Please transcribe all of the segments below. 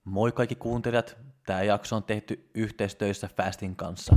Moi kaikki kuuntelijat, tämä jakso on tehty yhteistyössä Fastin kanssa.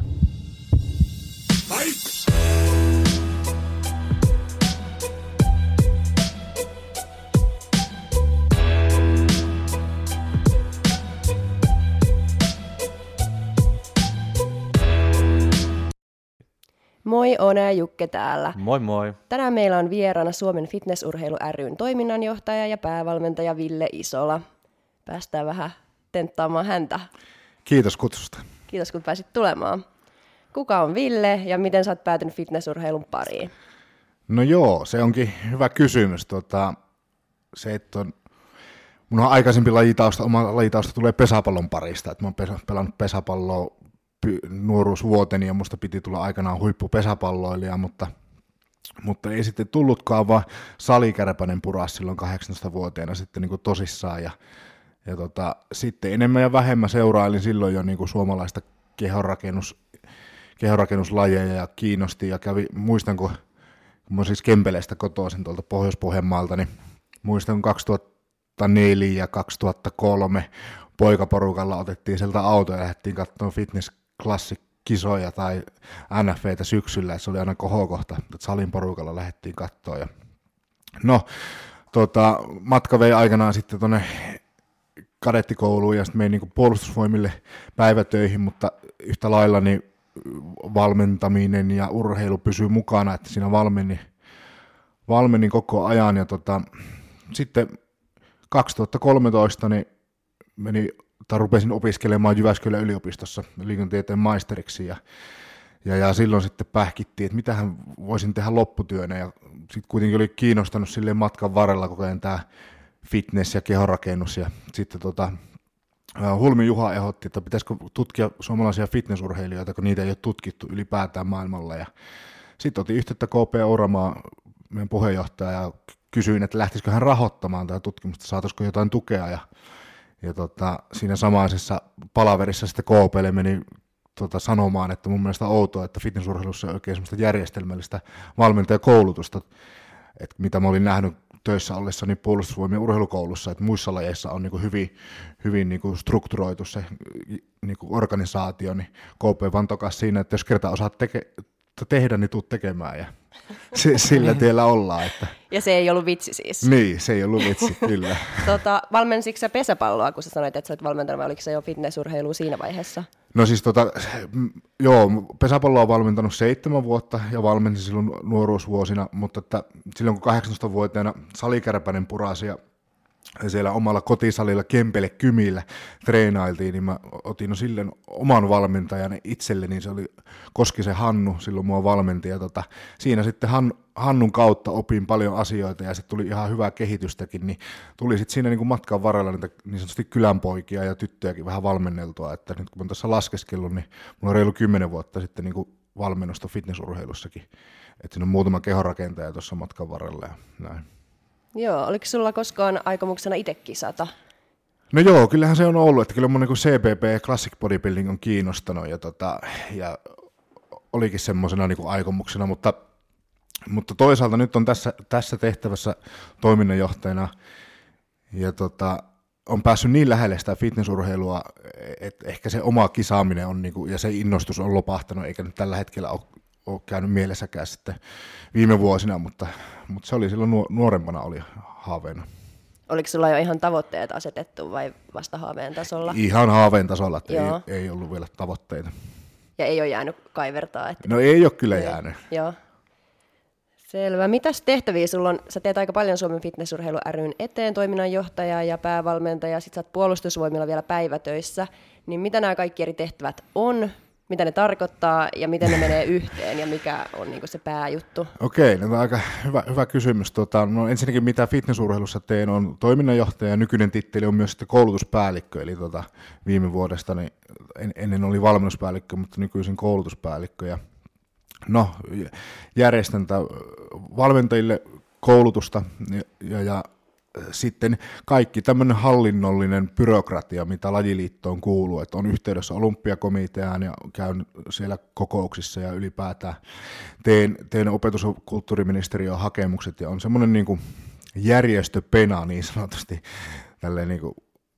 Moi, Oona ja Jukke täällä. Moi moi. Tänään meillä on vieraana Suomen Fitnessurheilu ry:n toiminnanjohtaja ja päävalmentaja Ville Isola. Päästään vähän tenttaamaan häntä. Kiitos kutsusta. Kiitos, kun pääsit tulemaan. Kuka on Ville ja miten sä oot päätynyt fitnessurheilun pariin? No joo, se onkin hyvä kysymys. Se, että mun on aikaisempi lajitausta, oma lajitausta tulee pesäpallon parista. Että mä oon pelannut pesäpalloa nuoruusvuoteni ja musta piti tulla aikanaan huippupesäpalloilija, mutta ei sitten tullutkaan, vaan Salikärpänen puras silloin 18-vuotiaana sitten niin kuin tosissaan. Ja sitten enemmän ja vähemmän seurailin silloin jo niin kuin suomalaista kehonrakennuslajeja ja kiinnosti ja muistan, kun mä siis Kempeleestä kotoisin tuolta Pohjois-Pohjanmaalta, niin muistan 2004 ja 2003 poikaporukalla otettiin sieltä auto ja lähdettiin katsomaan fitness-klassikisoja tai NFVtä syksyllä, että se oli aina kohokohta, että salin porukalla lähdettiin katsoa. Ja matka vei aikanaan sitten tuonne kadettikouluun ja sitten menin niin puolustusvoimille päivätöihin, mutta yhtä lailla niin valmentaminen ja urheilu pysyy mukana, että siinä valmenin koko ajan. Ja sitten 2013 niin rupesin opiskelemaan Jyväskylän yliopistossa liikuntatieteen maisteriksi ja silloin sitten pähkittiin, että mitähän voisin tehdä lopputyönä ja sitten kuitenkin oli kiinnostanut silleen matkan varrella koko ajan tämä fitness ja kehonrakennus ja sitten Hulmi Juha ehdotti, että pitäisikö tutkia suomalaisia fitnessurheilijoita, kun niitä ei ole tutkittu ylipäätään maailmalla. Ja sitten otin yhteyttä KP Ouramaa, meidän puheenjohtaja, ja kysyin, että lähtisikö hän rahoittamaan tätä tutkimusta, saataisiko jotain tukea. Ja siinä samaisessa palaverissa sitten KPlle meni sanomaan, että mun mielestä outoa, että fitnessurheilussa on oikein semmoista järjestelmällistä valmentajakoulutusta, että mitä mä olin nähnyt töissä ollessani puolustusvoimien urheilukoulussa, että muissa lajeissa on niin hyvin niin strukturoitu se niin organisaatio, niin KP vaan tokas siinä, että jos kerta osaat tehdä, niin tuut tekemään, ja sillä tiellä ollaan. Että. Ja se ei ollut vitsi siis? Niin, se ei ollut vitsi, kyllä. Valmensitko sä pesäpalloa, kun sä sanoit, että sä olet valmentanut, vai oliko se jo fitnessurheilua siinä vaiheessa? No siis joo, pesäpalloa on valmentanut 7 vuotta ja valmensin silloin nuoruusvuosina, mutta että silloin kun 18-vuotiaana Salikärpänen purasi ja siellä omalla kotisalilla Kempele Kymillä treenailtiin, niin mä otin silleen oman valmentajan itselleni, niin se oli Koskisen Hannu, silloin mua valmenti, ja siinä sitten Hannun kautta opin paljon asioita, ja sitten tuli ihan hyvää kehitystäkin, niin tuli sitten siinä niin kuin matkan varrella niitä niin sanotusti kylänpoikia ja tyttöjäkin vähän valmenneltua, että nyt kun mä tässä laskeskellut, niin mulla on reilu 10 vuotta sitten niin kuin valmennusta fitnessurheilussakin, että siinä on muutama kehonrakentaja tuossa matkan varrella ja näin. Joo, oliko sulla koskaan aikomuksena itse kisata? No joo, kyllähän se on ollut, että kyllä mun niin CBP Classic Bodybuilding on kiinnostanut ja olikin semmoisena niin aikomuksena, mutta toisaalta nyt on tässä tehtävässä toiminnanjohtajana ja on päässyt niin lähelle sitä fitnessurheilua, että ehkä se oma kisaaminen on, niin kuin, ja se innostus on lopahtanut, eikä nyt tällä hetkellä ole käynyt mielessäkään sitten viime vuosina, mutta se oli silloin nuorempana oli haaveena. Oliko sulla jo ihan tavoitteet asetettu vai vasta haaveen tasolla? Ihan haaveen tasolla, että ei ollut vielä tavoitteita. Ja ei ole jäänyt kaivertaa? Että. No ei ole kyllä jäänyt. Joo. Selvä. Mitäs tehtäviä sulla on? Sä teet aika paljon Suomen Fitnessurheilu ry:n eteen toiminnanjohtaja ja päävalmentaja, sit sä oot puolustusvoimilla vielä päivätöissä. Niin mitä nämä kaikki eri tehtävät on? Mitä ne tarkoittaa ja miten ne menee yhteen ja mikä on niin kuin se pääjuttu? Okei, no aika hyvä kysymys. No ensinnäkin mitä fitnessurheilussa teen on toiminnanjohtaja ja nykyinen titteli on myös sitten koulutuspäällikkö. Eli viime vuodesta niin ennen oli valmennuspäällikkö, mutta nykyisin koulutuspäällikkö. Ja järjestän valmentajille koulutusta ja sitten kaikki tämmöinen hallinnollinen byrokratia, mitä lajiliittoon kuuluu, että on yhteydessä olympiakomiteaan ja käyn siellä kokouksissa ja ylipäätään teen opetus- ja kulttuuriministeriön hakemukset ja on semmoinen niin kuin järjestöpena niin sanotusti tälleen niin kuin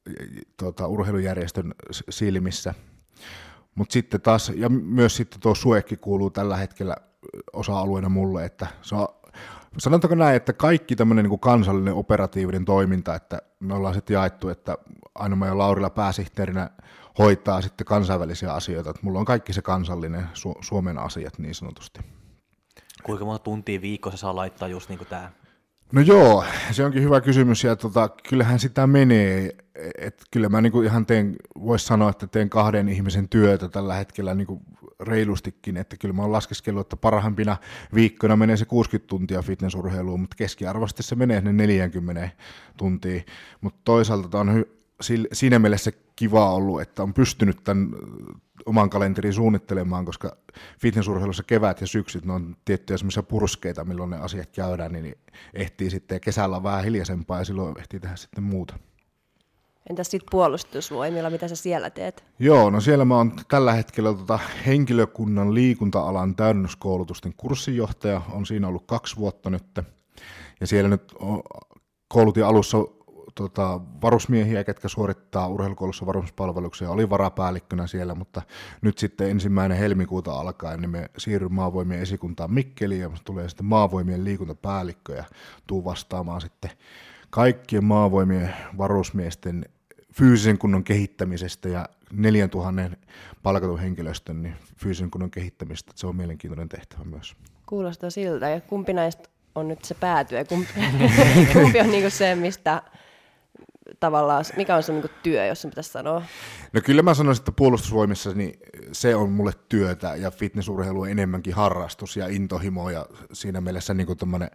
urheilujärjestön silmissä. Mutta sitten taas, ja myös sitten tuo suekki kuuluu tällä hetkellä osa-alueena mulle, että se on, sanotaanko näin, että kaikki tämmöinen niin kuin kansallinen operatiivinen toiminta, että me ollaan sitten jaettu, että Aino ja Laurila pääsihteerinä hoitaa sitten kansainvälisiä asioita, että mulla on kaikki se kansallinen Suomen asiat niin sanotusti. Kuinka monta tuntia viikossa saa laittaa just niin kuin tämä? No joo, se onkin hyvä kysymys ja kyllähän sitä menee, että kyllä mä niinku ihan voisi sanoa, että teen 2 ihmisen työtä tällä hetkellä niinku reilustikin, että kyllä mä oon laskeskellut, että parhaimpina viikkoina menee se 60 tuntia fitnessurheiluun, mutta keskiarvoisesti se menee ne 40 tuntia, mutta toisaalta on siinä mielessä kiva ollut, että on pystynyt tämän oman kalenterin suunnittelemaan, koska fitnessurheilussa kevät ja syksyt, ne on tiettyjä semmoisia purskeita, milloin ne asiat käydään, niin ehtii sitten, ja kesällä on vähän hiljaisempaa, ja silloin ehtii tehdä sitten muuta. Entäs sitten puolustusvoimilla, mitä sä siellä teet? Joo, no siellä mä oon tällä hetkellä henkilökunnan liikunta-alan täydennyskoulutusten kurssinjohtaja, on siinä ollut 2 vuotta nyt, ja siellä nyt koulutin alussa varusmiehiä, ketkä suorittaa urheilukoulussa varusmiespalveluksia, oli varapäällikkönä siellä, mutta nyt sitten 1. helmikuuta alkaen niin me siirryn maavoimien esikuntaan Mikkeliin ja tulee sitten maavoimien liikuntapäällikkö ja tuu vastaamaan sitten kaikkien maavoimien varusmiesten fyysisen kunnon kehittämisestä ja 4000 palkatun henkilöstön niin fyysisen kunnon kehittämistä. Se on mielenkiintoinen tehtävä myös. Kuulostaa siltä. Ja kumpi näistä on nyt se päätyö? Kumpi on niinku se, mistä tavallaan, mikä on se niinku työ, jos sen pitäisi sanoa? No kyllä mä sanoisin, että puolustusvoimissa niin se on mulle työtä ja fitnessurheilu on enemmänkin harrastus ja intohimo ja siinä mielessä niin kuin tommoinen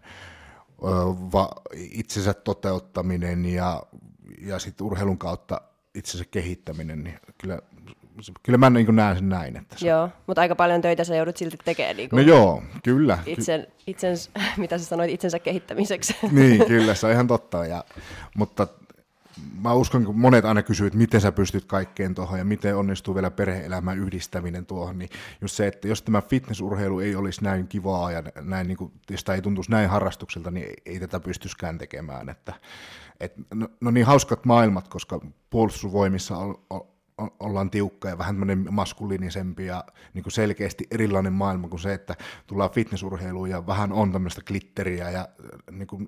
itsensä toteuttaminen ja sitten urheilun kautta itsensä kehittäminen, niin kyllä mä niin kuin näen sen näin. Että se... Joo, mutta aika paljon töitä sä joudut silti tekemään. Niin no joo, kyllä. Mitä sä sanoit, itsensä kehittämiseksi? Niin, kyllä, se on ihan totta. Mutta mä uskon, kun monet aina kysyy, että miten sä pystyt kaikkeen tuohon ja miten onnistuu vielä perhe-elämän yhdistäminen tuohon, niin just se, että jos tämä fitnessurheilu ei olisi näin kivaa ja näin, niin kuin, jos tämä ei tuntuisi näin harrastukselta, niin ei tätä pystyskään tekemään. No niin hauskat maailmat, koska puolustusvoimissa ollaan tiukka ja vähän tämmöinen maskuliinisempi ja niin kuin selkeästi erilainen maailma kuin se, että tullaan fitnessurheiluun ja vähän on tämmöistä glitteriä ja niin kuin,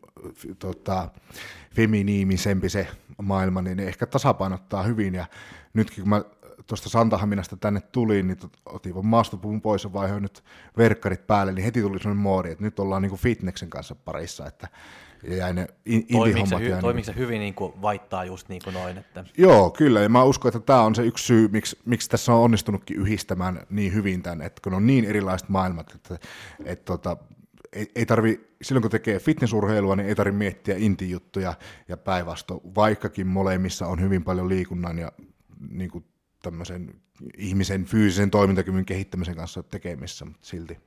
feminiimisempi se maailma, niin ne ehkä tasapainottaa hyvin ja nytkin kun mä tuosta Santahaminasta tänne tulin, niin otin vaan maastopuvun pois ja vaihoin nyt verkkarit päälle, niin heti tuli sellainen moodi, että nyt ollaan niin kuin fitneksen kanssa parissa, että ja jäi ne indie-hommat. Toimiiko se hyvin niin kuin vaittaa just niin kuin noin? Että... Joo, kyllä, ja mä uskon, että tämä on se yksi syy, miksi tässä on onnistunutkin yhdistämään niin hyvin tämän, että kun on niin erilaiset maailmat, että ei tarvi, silloin kun tekee fitnessurheilua, niin ei tarvitse miettiä indie-juttuja ja päinvastoin, vaikkakin molemmissa on hyvin paljon liikunnan ja niin kuin tämmöisen ihmisen fyysisen toimintakyvyn kehittämisen kanssa tekemissä, mutta silti.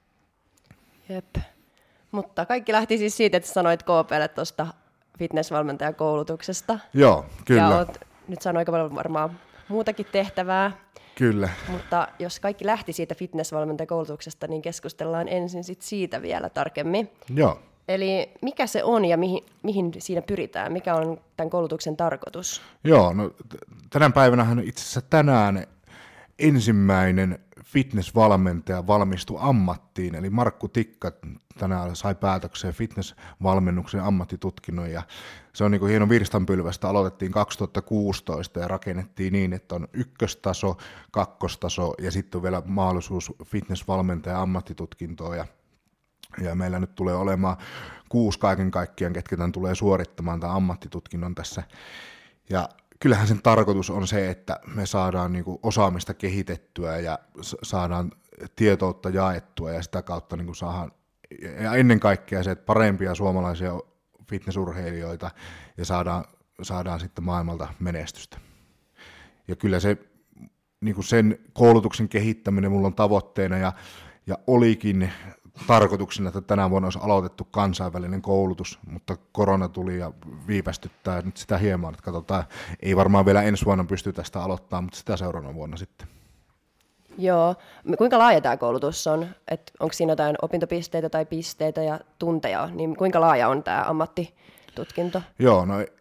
Jep. Mutta kaikki lähti siis siitä, että sanoit KP:lle tuosta fitnessvalmentajakoulutuksesta. Joo, kyllä. Ja oot nyt saanut aika paljon varmaan muutakin tehtävää. Kyllä. Mutta jos kaikki lähti siitä fitnessvalmentajakoulutuksesta, niin keskustellaan ensin siitä vielä tarkemmin. Joo. Eli mikä se on ja mihin siinä pyritään? Mikä on tämän koulutuksen tarkoitus? Joo, no tänä päivänähän itse asiassa tänään ensimmäinen fitnessvalmentaja valmistui ammattiin, eli Markku Tikka tänään sai päätökseen fitnessvalmennuksen ammattitutkinnon, ja se on niin kuin hieno virstanpylvästä. Aloitettiin 2016 ja rakennettiin niin, että on ykköstaso, kakkostaso ja sitten on vielä mahdollisuus fitnessvalmentaja ammattitutkintoon, ja meillä nyt tulee olemaan 6 kaiken kaikkiaan, ketkä tämän tulee suorittamaan tämän ammattitutkinnon tässä, ja kyllähän sen tarkoitus on se, että me saadaan niinku osaamista kehitettyä ja saadaan tietoutta jaettua ja sitä kautta niinku saadaan, ja ennen kaikkea se, että parempia suomalaisia fitnessurheilijoita ja saadaan sitten maailmalta menestystä. Ja kyllä se niinku sen koulutuksen kehittäminen mulla on tavoitteena ja olikin tarkoituksena, että tänä vuonna olisi aloitettu kansainvälinen koulutus, mutta korona tuli ja viivästyttää nyt sitä hieman, että katsotaan, ei varmaan vielä ensi vuonna pysty tästä aloittamaan, mutta sitä seuraavana vuonna sitten. Joo. Kuinka laaja tämä koulutus on? Onko siinä jotain opintopisteitä tai pisteitä ja tunteja? Niin kuinka laaja on tämä ammattitutkinto? Joo, no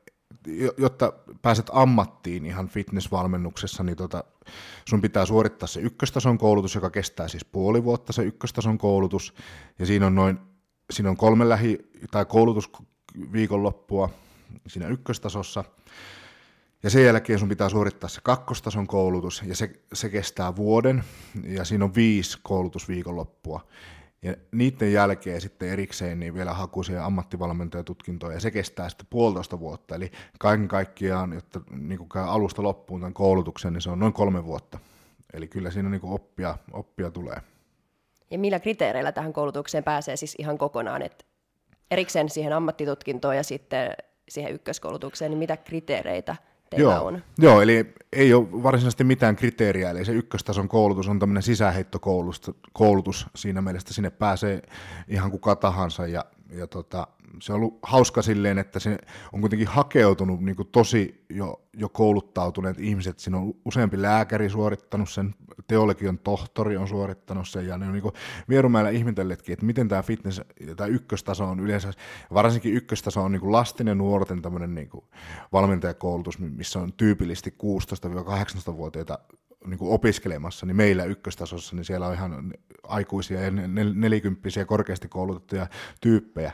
jotta pääset ammattiin ihan fitnessvalmennuksessa, niin sun pitää suorittaa se ykköstason koulutus, joka kestää siis puoli vuotta se ykköstason koulutus, ja siinä on 3 tai koulutusviikonloppua siinä ykköstasossa, ja sen jälkeen sun pitää suorittaa se kakkostason koulutus, ja se kestää vuoden, ja siinä on 5 koulutusviikonloppua. Ja niiden jälkeen sitten erikseen niin vielä haku siihen ammattivalmentajatutkintoon, ja se kestää sitten 1,5 vuotta. Eli kaiken kaikkiaan, jotta niin kuin käy alusta loppuun tämän koulutuksen, niin se on noin 3 vuotta. Eli kyllä siinä niin kuin oppia tulee. Ja millä kriteereillä tähän koulutukseen pääsee siis ihan kokonaan? Et erikseen siihen ammattitutkintoon ja sitten siihen ykköskoulutukseen, niin mitä kriteereitä teillä on? Joo, eli ei ole varsinaisesti mitään kriteeriä, eli se ykköstason koulutus on tämmöinen sisäheittokoulutus siinä mielessä, sinne pääsee ihan kuka tahansa, ja se on ollut hauska silleen, että se on kuitenkin hakeutunut niin kuin tosi jo kouluttautuneet ihmiset, siinä on useampi lääkäri suorittanut sen, teologian tohtori on suorittanut sen, ja ne on niin Vierumäellä ihmetelletkin, että miten tämä fitness, tämä ykköstaso on yleensä, varsinkin ykköstaso on niin kuin lasten ja nuorten tämmöinen niin kuin valmentajakoulutus, missä on tyypillisesti 16-18-vuotiaita niin kuin opiskelemassa, niin meillä ykköstasossa, niin siellä on ihan aikuisia ja 40-vuotiaita korkeasti koulutettuja tyyppejä,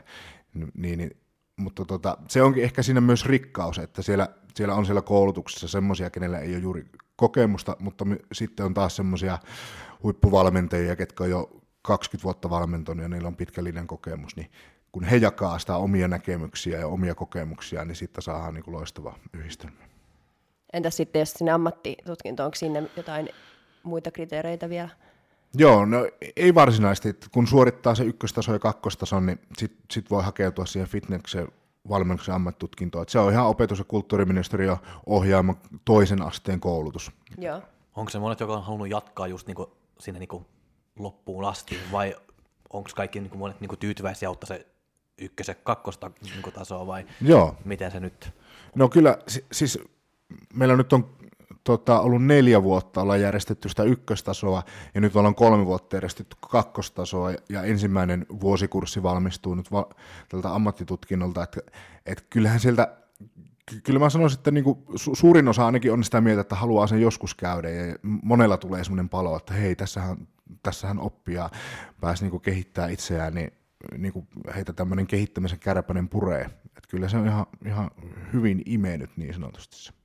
mutta se onkin ehkä siinä myös rikkaus, että siellä on siellä koulutuksessa semmoisia, kenellä ei ole juuri kokemusta, mutta sitten on taas semmoisia huippuvalmentajia, ketkä on jo 20 vuotta valmentanut ja niillä on pitkällinen kokemus, niin kun he jakaa sitä omia näkemyksiä ja omia kokemuksia, niin sitten saadaan niin kuin loistava yhdistelmä. Entäs sitten, jos sinne ammattitutkinto, onko sinne jotain muita kriteereitä vielä? Joo, no ei varsinaisesti. Kun suorittaa se ykköstaso ja kakkostason, niin sit voi hakeutua siihen fitneksen valmennuksen ammattitutkintoon. Se on ihan opetus- ja kulttuuriministeriön ohjaama toisen asteen koulutus. Joo. Onko se monet, joka on halunnut jatkaa just niinku sinne niinku loppuun asti, vai onko kaikki niinku monet niinku tyytyväisiä ottaa se ykkös- ja kakkostasoa, vai Joo. Miten se nyt? No kyllä, siis meillä nyt on ollut 4 vuotta ollaan järjestetty sitä ykköstasoa, ja nyt ollaan 3 vuotta järjestetty kakkostasoa, ja ensimmäinen vuosikurssi valmistuu nyt tältä ammattitutkinnolta, että kyllähän sieltä, kyllä mä sanoisin, että niinku suurin osa ainakin on sitä mieltä, että haluaa sen joskus käydä, ja monella tulee semmoinen palo, että hei, tässähän oppia pääsi niinku kehittää itseään, niin niinku heitä tämmöinen kehittämisen kärpänen puree, että kyllä se on ihan hyvin imenyt niin sanotusti se.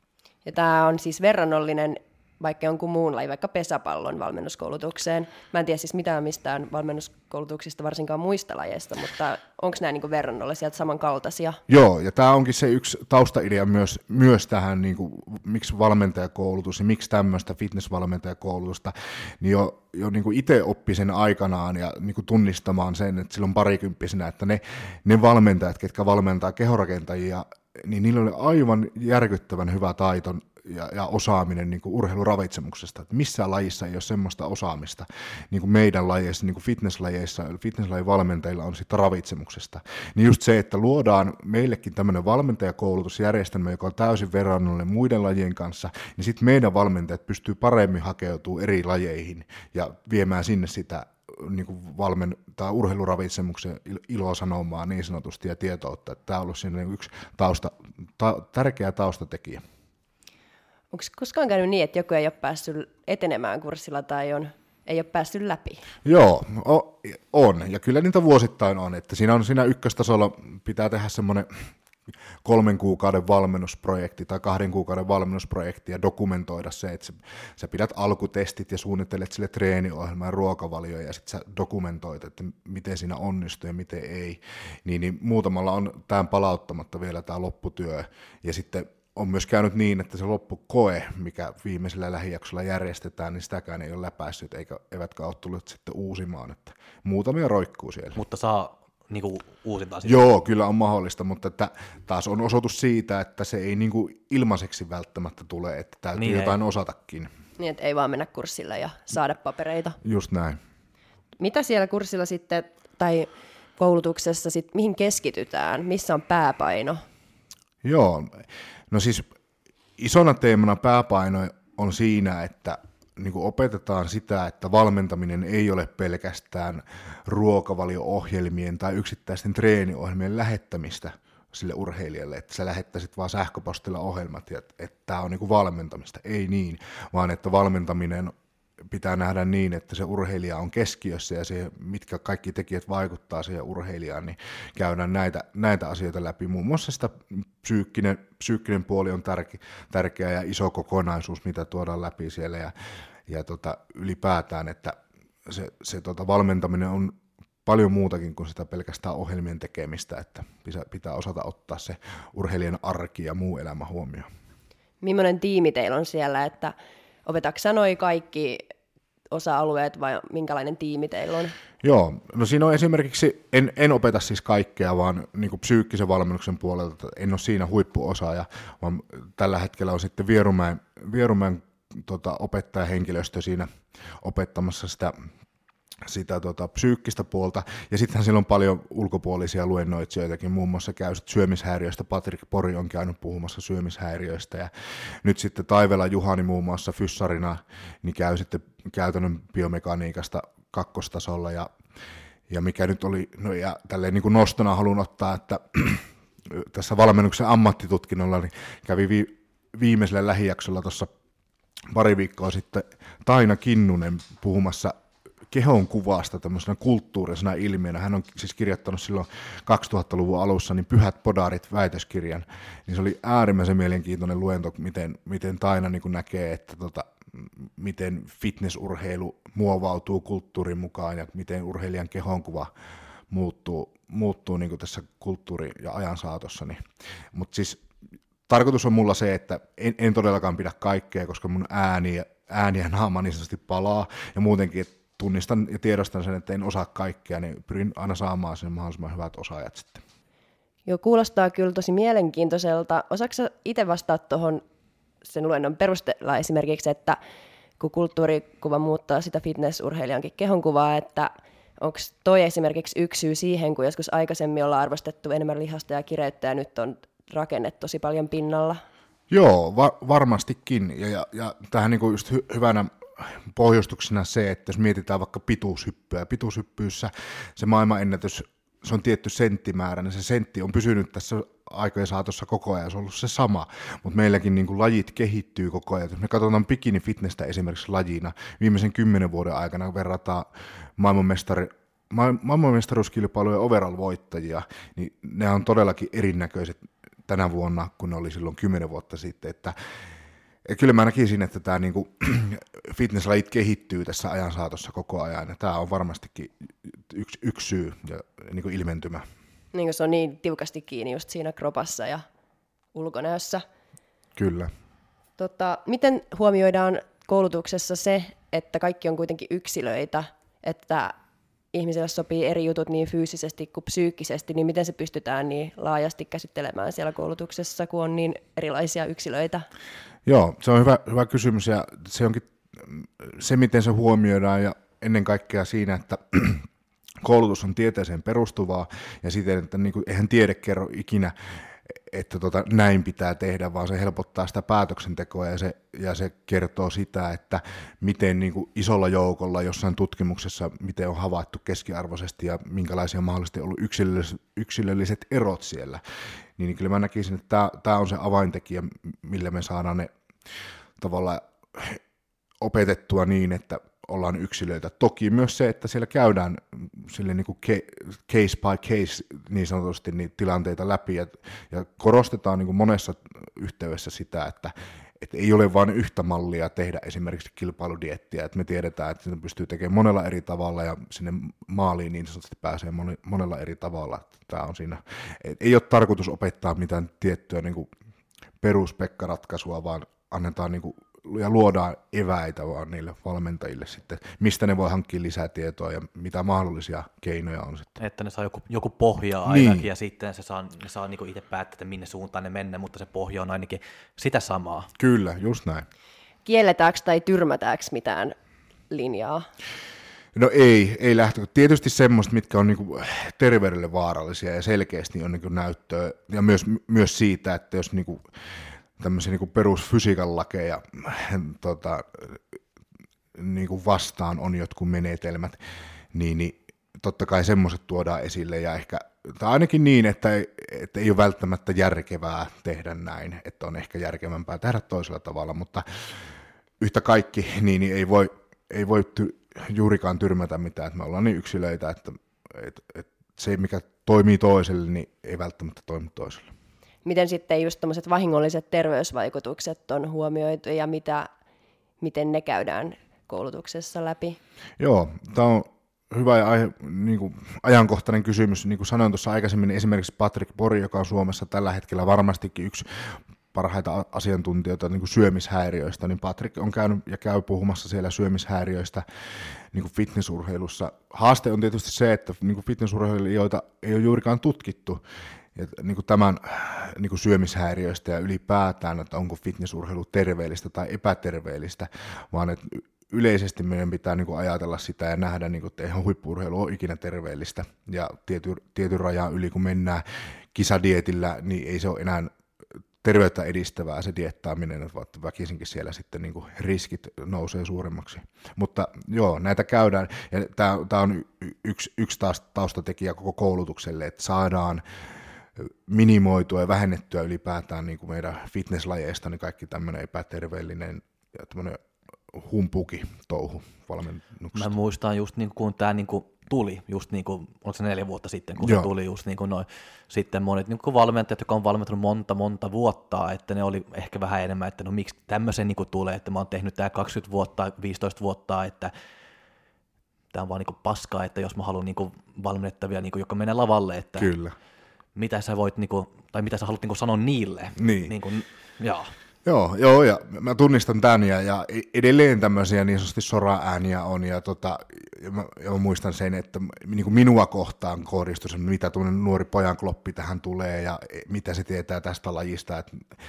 Ja tämä on siis verrannollinen vaikka jonkun muun lajin, vaikka pesäpallon valmennuskoulutukseen. Mä en tiedä siis mitään mistään valmennuskoulutuksista, varsinkaan muista lajeista, mutta onko nämä niinku verrannollisia, samankaltaisia? Joo, ja tämä onkin se yksi taustaidea myös tähän, niinku, miksi valmentajakoulutus ja miksi tämmöistä fitnessvalmentajakoulutusta, niin jo niinku itse oppi sen aikanaan ja niinku tunnistamaan sen, että silloin parikymppisenä, että ne valmentajat, ketkä valmentaa kehorakentajia, niin niillä oli aivan järkyttävän hyvä taito ja osaaminen niin kuin urheiluravitsemuksesta. Että missään lajissa ei ole semmoista osaamista, niin kuin meidän lajeissa, niin kuin fitnesslajin valmentajilla on siitä ravitsemuksesta. Niin just se, että luodaan meillekin tämmöinen valmentajakoulutusjärjestelmä, joka on täysin verrannollinen muiden lajien kanssa, niin sitten meidän valmentajat pystyy paremmin hakeutumaan eri lajeihin ja viemään sinne sitä niin kuin urheiluravitsemuksen ilosanomaa niin sanotusti ja tietoutta, että tämä on ollut siinä yksi tärkeä taustatekijä. Onko koskaan käynyt niin, että joku ei ole päässyt etenemään kurssilla tai ei ole päässyt läpi? Joo, on. Ja kyllä niitä vuosittain on. Että siinä ykköstasolla pitää tehdä semmoinen 3 kuukauden valmennusprojekti tai 2 kuukauden valmennusprojekti ja dokumentoida se, että sä pidät alkutestit ja suunnittelet sille treeniohjelman ja ruokavalioon ja sitten sä dokumentoit, että miten siinä onnistuu ja miten ei. Niin muutamalla on tämän palauttamatta vielä tämä lopputyö ja sitten on myös käynyt niin, että se loppukoe, mikä viimeisellä lähijaksolla järjestetään, niin sitäkään ei ole läpäissyt, eivätkä ole tullut sitten uusimaan, että muutamia roikkuu siellä. Mutta saa niinku uusintaa sitä. Joo, kyllä on mahdollista, mutta että taas on osoitus siitä, että se ei niinku ilmaiseksi välttämättä tule, että täytyy niin jotain osatakin. Niin, että ei vaan mennä kurssille ja saada papereita. Just näin. Mitä siellä kurssilla sitten, tai koulutuksessa sitten, mihin keskitytään? Missä on pääpaino? Joo, no siis isona teemana pääpaino on siinä, että niin kuin opetetaan sitä, että valmentaminen ei ole pelkästään ruokavalio-ohjelmien tai yksittäisten treeniohjelmien lähettämistä, sille urheilijalle, että sä lähettäisit vaan sähköpostilla ohjelmat, että tämä on niin kuin valmentamista. Ei niin, vaan että valmentaminen pitää nähdä niin, että se urheilija on keskiössä ja se, mitkä kaikki tekijät vaikuttaa siihen urheilijaan, niin käydään näitä asioita läpi. Muun muassa sitä psyykkinen puoli on tärkeä ja iso kokonaisuus, mitä tuodaan läpi siellä ja ylipäätään, että se valmentaminen on paljon muutakin kuin sitä pelkästään ohjelmien tekemistä, että pitää osata ottaa se urheilijan arki ja muu elämä huomioon. Millainen tiimi teillä on siellä, että opetatko sä noi kaikki osa-alueet vai minkälainen tiimi teillä on? Joo, no siinä on esimerkiksi, en opeta siis kaikkea, vaan niin kuin psyykkisen valmennuksen puolelta en ole siinä huippuosaaja, vaan tällä hetkellä on sitten Vierumäen opettajahenkilöstö siinä opettamassa sitä psyykkistä puolta, ja sittenhän siellä on paljon ulkopuolisia luennoitsijoitakin, muun muassa käy syömishäiriöistä, Patrik Pori on käynyt puhumassa syömishäiriöistä, ja nyt sitten Taivela Juhani muun muassa fyssarina, niin käy sitten käytännön biomekaniikasta kakkostasolla, ja mikä nyt oli, no ja tälleen niin kuin nostona haluan ottaa, että tässä valmennuksen ammattitutkinnolla niin kävi viimeisellä lähijaksolla tuossa pari viikkoa sitten Taina Kinnunen puhumassa kehon kuvasta tämmöisenä kulttuurisena ilmiönä. Hän on siis kirjoittanut silloin 2000-luvun alussa niin Pyhät podarit -väitöskirjan, niin se oli äärimmäisen mielenkiintoinen luento, miten Taina niin kuin näkee, että miten fitnessurheilu muovautuu kulttuurin mukaan ja miten urheilijan kehonkuva muuttuu niin kuin tässä kulttuuri- ja ajan saatossa. Mutta siis tarkoitus on mulla se, että en todellakaan pidä kaikkea, koska mun ääni ja naama niin sanotusti palaa, ja muutenkin, että tunnistan ja tiedostan sen, että en osaa kaikkea, niin pyrin aina saamaan sen mahdollisimman hyvät osaajat sitten. Joo, kuulostaa kyllä tosi mielenkiintoiselta. Osaatko sä itse vastata tuohon sen luennon perusteella esimerkiksi, että kun kulttuurikuva muuttaa sitä fitnessurheilijankin kehonkuvaa, että onko toi esimerkiksi yksi syy siihen, kun joskus aikaisemmin ollaan arvostettu enemmän lihasta ja kireyttä ja nyt on rakenne tosi paljon pinnalla? Joo, varmastikin. Ja tähän niin kuin just hyvänä pohjustuksena se, että jos mietitään vaikka pituushyppyyssä se maailmanennätys, se on tietty senttimäärä, niin se sentti on pysynyt tässä aikojen saatossa koko ajan, se on ollut se sama, mutta meilläkin niin kuin lajit kehittyy koko ajan. Jos me katsotaan bikini-fitnessä esimerkiksi lajina, viimeisen 10 vuoden aikana verrataan maailmanmestaruuskilpailujen overall-voittajia, niin ne on todellakin erinäköiset tänä vuonna, kun ne oli silloin 10 vuotta sitten, että kyllä mä näkisin, että tämä niinku fitnesslajit kehittyy tässä ajan saatossa koko ajan, ja tämä on varmastikin yksi syy ja niinku ilmentymä. Niin kuin se on niin tiukasti kiinni just siinä kropassa ja ulkonäössä. Kyllä. Miten huomioidaan koulutuksessa se, että kaikki on kuitenkin yksilöitä, että ihmiselle sopii eri jutut niin fyysisesti kuin psyykkisesti, niin miten se pystytään niin laajasti käsittelemään siellä koulutuksessa, kun on niin erilaisia yksilöitä? Joo, se on hyvä kysymys, ja se onkin se, miten se huomioidaan, ja ennen kaikkea siinä, että koulutus on tieteeseen perustuvaa, ja siten, että niin kuin, eihän tiede kerro ikinä, että näin pitää tehdä, vaan se helpottaa sitä päätöksentekoa, ja se kertoo sitä, että miten niin kuin isolla joukolla jossain tutkimuksessa, miten on havaittu keskiarvoisesti, ja minkälaisia mahdollisesti on ollut yksilölliset erot siellä, niin kyllä mä näkisin, että tämä on se avaintekijä, millä me saadaan ne tavallaan opetettua niin, että ollaan yksilöitä. Toki myös se, että siellä käydään sille niin kuin case by case niin sanotusti niin tilanteita läpi ja korostetaan niin kuin monessa yhteydessä sitä, että ei ole vain yhtä mallia tehdä esimerkiksi kilpailudiettiä, että me tiedetään, että sitä pystyy tekemään monella eri tavalla ja sinne maaliin niin sanotusti pääsee monella eri tavalla. Tämä on siinä. Ei ole tarkoitus opettaa mitään tiettyä niin kuin peruspekkaratkaisua, vaan annetaan niin kuin ja luodaan eväitä vaan niille valmentajille sitten, mistä ne voi hankkia lisää tietoa ja mitä mahdollisia keinoja on sitten. Että ne saa joku pohja ainakin, niin. Ja sitten ne saa niinku itse päättää, että minne suuntaan ne mennä, mutta se pohja on ainakin sitä samaa. Kyllä, just näin. Kielletäänkö tai tyrmätäänkö mitään linjaa? No ei lähtö. Tietysti semmoista, mitkä on niinku terveydelle vaarallisia ja selkeästi on niinku näyttöä, ja myös siitä, että jos niinku tämmöisiä niin kuin perusfysiikan lakeja niin kuin vastaan on jotkut menetelmät, niin totta kai semmoiset tuodaan esille ja ehkä tai ainakin niin, että ei ole välttämättä järkevää tehdä näin, että on ehkä järkevämpää tehdä toisella tavalla, mutta yhtä kaikki niin ei voi juurikaan tyrmätä mitään, että me ollaan niin yksilöitä, että se, mikä toimii toiselle, niin ei välttämättä toimi toiselle. Miten sitten just tämmöiset vahingolliset terveysvaikutukset on huomioitu ja miten ne käydään koulutuksessa läpi? Joo, tämä on hyvä ja ajankohtainen kysymys. Niin kuin sanoin tuossa aikaisemmin, esimerkiksi Patrick Pori, joka on Suomessa tällä hetkellä varmastikin yksi parhaita asiantuntijoita niin kuin syömishäiriöistä, niin Patrick on käynyt ja käy puhumassa siellä syömishäiriöistä niin kuin fitnessurheilussa. Haaste on tietysti se, että niin kuin fitnessurheilijoita ei ole juurikaan tutkittu niin kuin tämän niin kuin syömishäiriöistä ja ylipäätään, että onko fitnessurheilu terveellistä tai epäterveellistä, vaan että yleisesti meidän pitää niin kuin ajatella sitä ja nähdä, niin kuin, että eihän huippu-urheilu ole ikinä terveellistä, ja tietyn rajan yli kun mennään kisadietillä, niin ei se ole enää terveyttä edistävää se diettaaminen, että väkisinkin siellä sitten niin kuin riskit nousee suuremmaksi. Mutta joo, näitä käydään, ja tämä on yksi taas taustatekijä koko koulutukselle, että saadaan minimoitua ja vähennettyä ylipäätään niin kuin meidän fitnesslajeista niin kaikki tämmöinen epäterveellinen ja tämmöinen humpuki touhu valmennuksesta. Mä muistan just niin kun tämä niin tuli, just niin kuin, oliko se 4 vuotta sitten, kun se tuli just niin kuin noin, sitten monet niin kuin valmentajat, jotka on valmentanut monta vuotta, että ne oli ehkä vähän enemmän, että no miksi tämmöisen niin kuin tulee, että mä oon tehnyt tää 20 vuotta, 15 vuotta, että tämä on vaan niin kuin paskaa, että jos mä haluan niin kuin valmennettavia, niin kuin, joka menee lavalle, että Kyllä. Mitä sä voit, niin kuin, tai mitä sä haluat niin kuin sanoa niille. Niin. Kuin, jaa. Joo, ja mä tunnistan tämän, ja edelleen tämmöisiä niin sanotusti sora-ääniä on, ja mä muistan sen, että niin kuin minua kohtaan kohdistuu se, mitä tuollainen nuori pojan kloppi tähän tulee, ja mitä se tietää tästä lajista,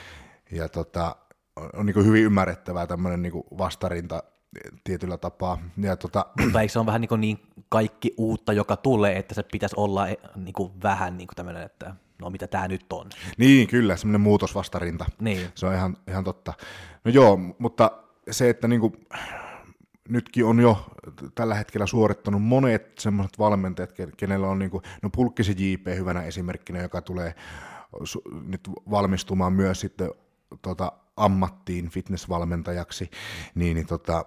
ja on niin kuin hyvin ymmärrettävää tämmöinen niin kuin vastarinta tietyllä tapaa. Ja mutta eikö se ole vähän niin kaikki uutta, joka tulee, että se pitäisi olla niin kuin vähän niin kuin tämmöinen, että no mitä tämä nyt on. Niin, kyllä, semmoinen muutosvastarinta. Niin. Se on ihan totta. No joo, mutta se, että niin kuin, nytkin on jo tällä hetkellä suorittanut monet semmoiset valmentajat, kenellä on niin kuin, no Pulkkisen JP hyvänä esimerkkinä, joka tulee nyt valmistumaan myös sitten ammattiin fitnessvalmentajaksi, niin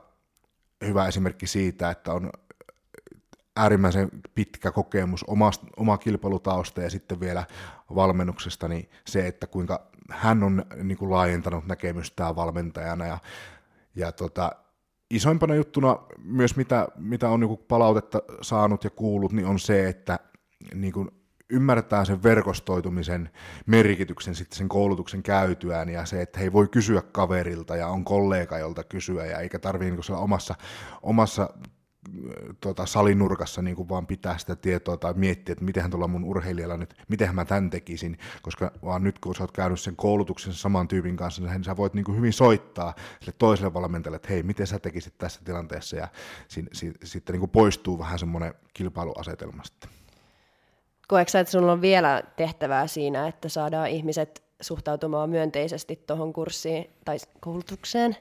hyvä esimerkki siitä, että on äärimmäisen pitkä kokemus, oma kilpailutausta ja sitten vielä valmennuksesta, niin se, että kuinka hän on niin kuin laajentanut näkemystään valmentajana ja isoimpana juttuna myös mitä on niin kuin palautetta saanut ja kuullut, niin on se, että niin kuin ymmärtää sen verkostoitumisen merkityksen sitten sen koulutuksen käytyään ja se, että he voi kysyä kaverilta ja on kollega, jolta kysyä ja eikä tarvitse niin siellä omassa salinurkassa niin kuin vaan pitää sitä tietoa tai miettiä, että mitenhän tuolla mun urheilijalla nyt, mitenhän mä tämän tekisin, koska vaan nyt kun sä oot käynyt sen koulutuksen saman tyypin kanssa, niin sä voit niin kuin hyvin soittaa sille toiselle valmentajalle, että hei, miten sä tekisit tässä tilanteessa ja sitten niin kuin poistuu vähän semmoinen kilpailuasetelma sitten. Koetko sä, että sulla on vielä tehtävää siinä, että saadaan ihmiset suhtautumaan myönteisesti tuohon kurssiin tai koulutukseen?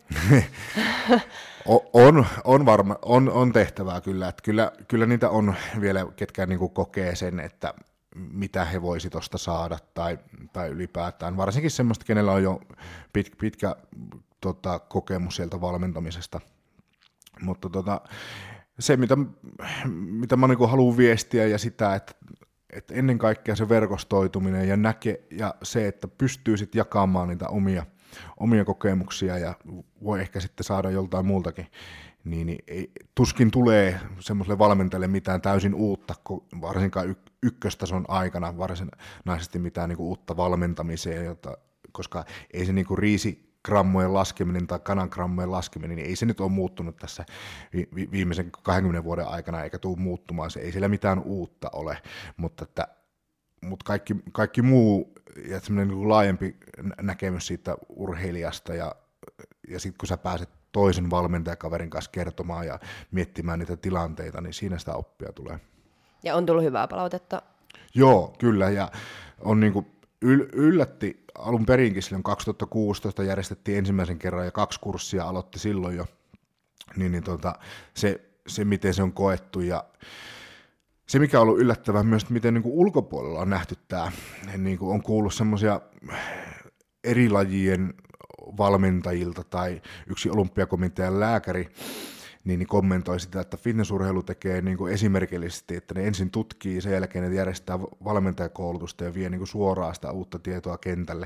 on tehtävää kyllä, että kyllä niitä on vielä, ketkä niin kuin kokee sen, että mitä he voisi tuosta saada tai ylipäätään, varsinkin semmoista, kenellä on jo pitkä kokemus sieltä valmentamisesta, mutta se, mitä mä niin kuin haluan viestiä ja sitä, että ennen kaikkea se verkostoituminen ja se, että pystyy sitten jakamaan niitä omia kokemuksia ja voi ehkä sitten saada joltain muultakin, niin tuskin tulee semmoiselle valmentajalle mitään täysin uutta, varsinkaan ykköstason aikana varsinaisesti mitään niinku uutta valmentamiseen, koska ei se niinku riisigrammojen laskeminen tai kanangrammojen laskeminen, niin ei se nyt ole muuttunut tässä viimeisen 20 vuoden aikana, eikä tule muuttumaan, se ei siellä mitään uutta ole, mutta kaikki muu ja semmoinen niin kuin laajempi näkemys siitä urheilijasta ja sitten kun sä pääset toisen valmentajakaverin kanssa kertomaan ja miettimään niitä tilanteita, niin siinä sitä oppia tulee. Ja on tullut hyvää palautetta. Joo, kyllä, ja on niin kuin yllätti alun perinkin silloin 2016 järjestettiin ensimmäisen kerran ja 2 kurssia aloitti silloin jo, niin se miten se on koettu ja se, mikä on ollut yllättävää myös, että miten niin kuin ulkopuolella on nähty tämä, niin kuin on kuullut semmoisia eri lajien valmentajilta tai yksi olympiakomitean lääkäri, niin kommentoi sitä, että fitnessurheilu tekee niin kuin esimerkillisesti, että ne ensin tutkii, sen jälkeen ne järjestää valmentajakoulutusta ja vie niin kuin suoraan sitä uutta tietoa kentälle.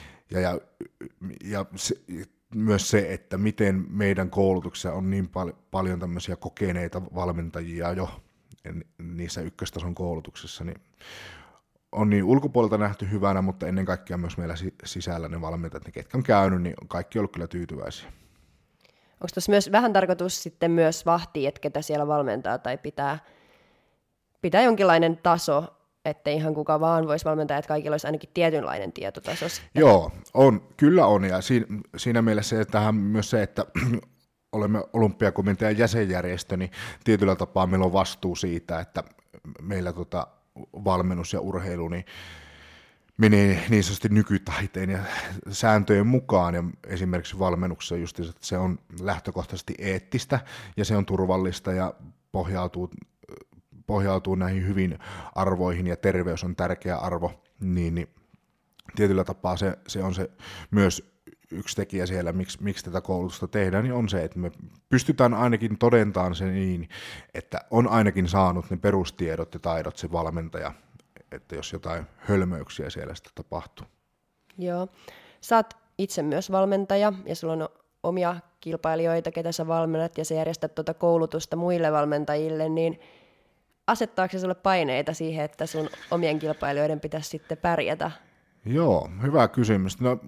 Ja myös se, että miten meidän koulutuksessa on niin paljon tämmöisiä kokeneita valmentajia jo niissä ykköstason koulutuksissa, niin on niin ulkopuolelta nähty hyvänä, mutta ennen kaikkea myös meillä sisällä ne valmentajat, ne ketkä on käynyt, niin kaikki on ollut kyllä tyytyväisiä. Onko tuossa myös vähän tarkoitus sitten myös vahtia, että ketä siellä valmentaa tai pitää jonkinlainen taso, ettei ihan kuka vaan voisi valmentaa, että kaikilla olisi ainakin tietynlainen tietotaso? Joo, kyllä on, ja siinä mielessä tähän myös se, että olemme olympiakomitean jäsenjärjestö, niin tietyllä tapaa meillä on vastuu siitä, että meillä valmennus ja urheilu niin menee niin sanotusti nykytaiteen ja sääntöjen mukaan, ja esimerkiksi valmennuksessa just, että se on lähtökohtaisesti eettistä ja se on turvallista ja pohjautuu näihin hyvin arvoihin ja terveys on tärkeä arvo, niin tietyllä tapaa se on se myös yksi tekijä siellä, miksi tätä koulutusta tehdään, niin on se, että me pystytään ainakin todentamaan se niin, että on ainakin saanut ne perustiedot ja taidot se valmentaja, että jos jotain hölmöyksiä siellä sitten tapahtuu. Joo. Sä oot itse myös valmentaja ja sulla on omia kilpailijoita, ketä sä valmennat ja sä järjestät koulutusta muille valmentajille, niin asettaako se sulle paineita siihen, että sun omien kilpailijoiden pitäisi sitten pärjätä? Joo, hyvä kysymys. No,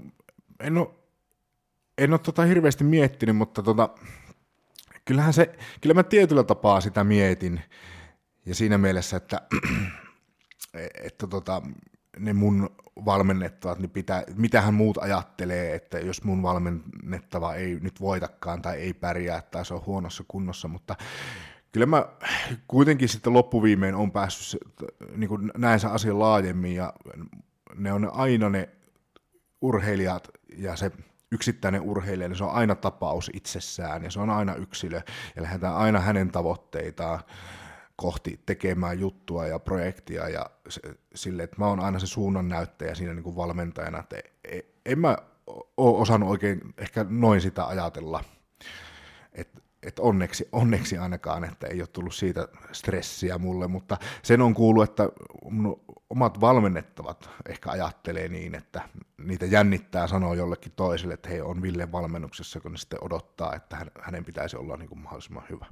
en ole hirveästi miettinyt, mutta kyllä mä tietyllä tapaa sitä mietin ja siinä mielessä, että ne mun valmennettavat, niin mitähän muut ajattelee, että jos mun valmennettava ei nyt voitakaan tai ei pärjää tai se on huonossa kunnossa, mutta kyllä mä kuitenkin sitten loppuviimein on päässyt, niin kuin näin se asia laajemmin ja ne on aina ne urheilijat ja se yksittäinen urheilija, niin se on aina tapaus itsessään ja se on aina yksilö ja lähdetään aina hänen tavoitteitaan kohti tekemään juttua ja projektia ja sille, että mä oon aina se suunnannäyttäjä siinä niin kuin valmentajana, että en mä ole osannut oikein ehkä noin sitä ajatella, että onneksi ainakaan, että ei ole tullut siitä stressiä mulle, mutta sen on kuullut, että omat valmennettavat ehkä ajattelee niin, että niitä jännittää sanoa jollekin toiselle, että hei, on Villen valmennuksessa, kun ne sitten odottaa, että hänen pitäisi olla niin kuin mahdollisimman hyvä.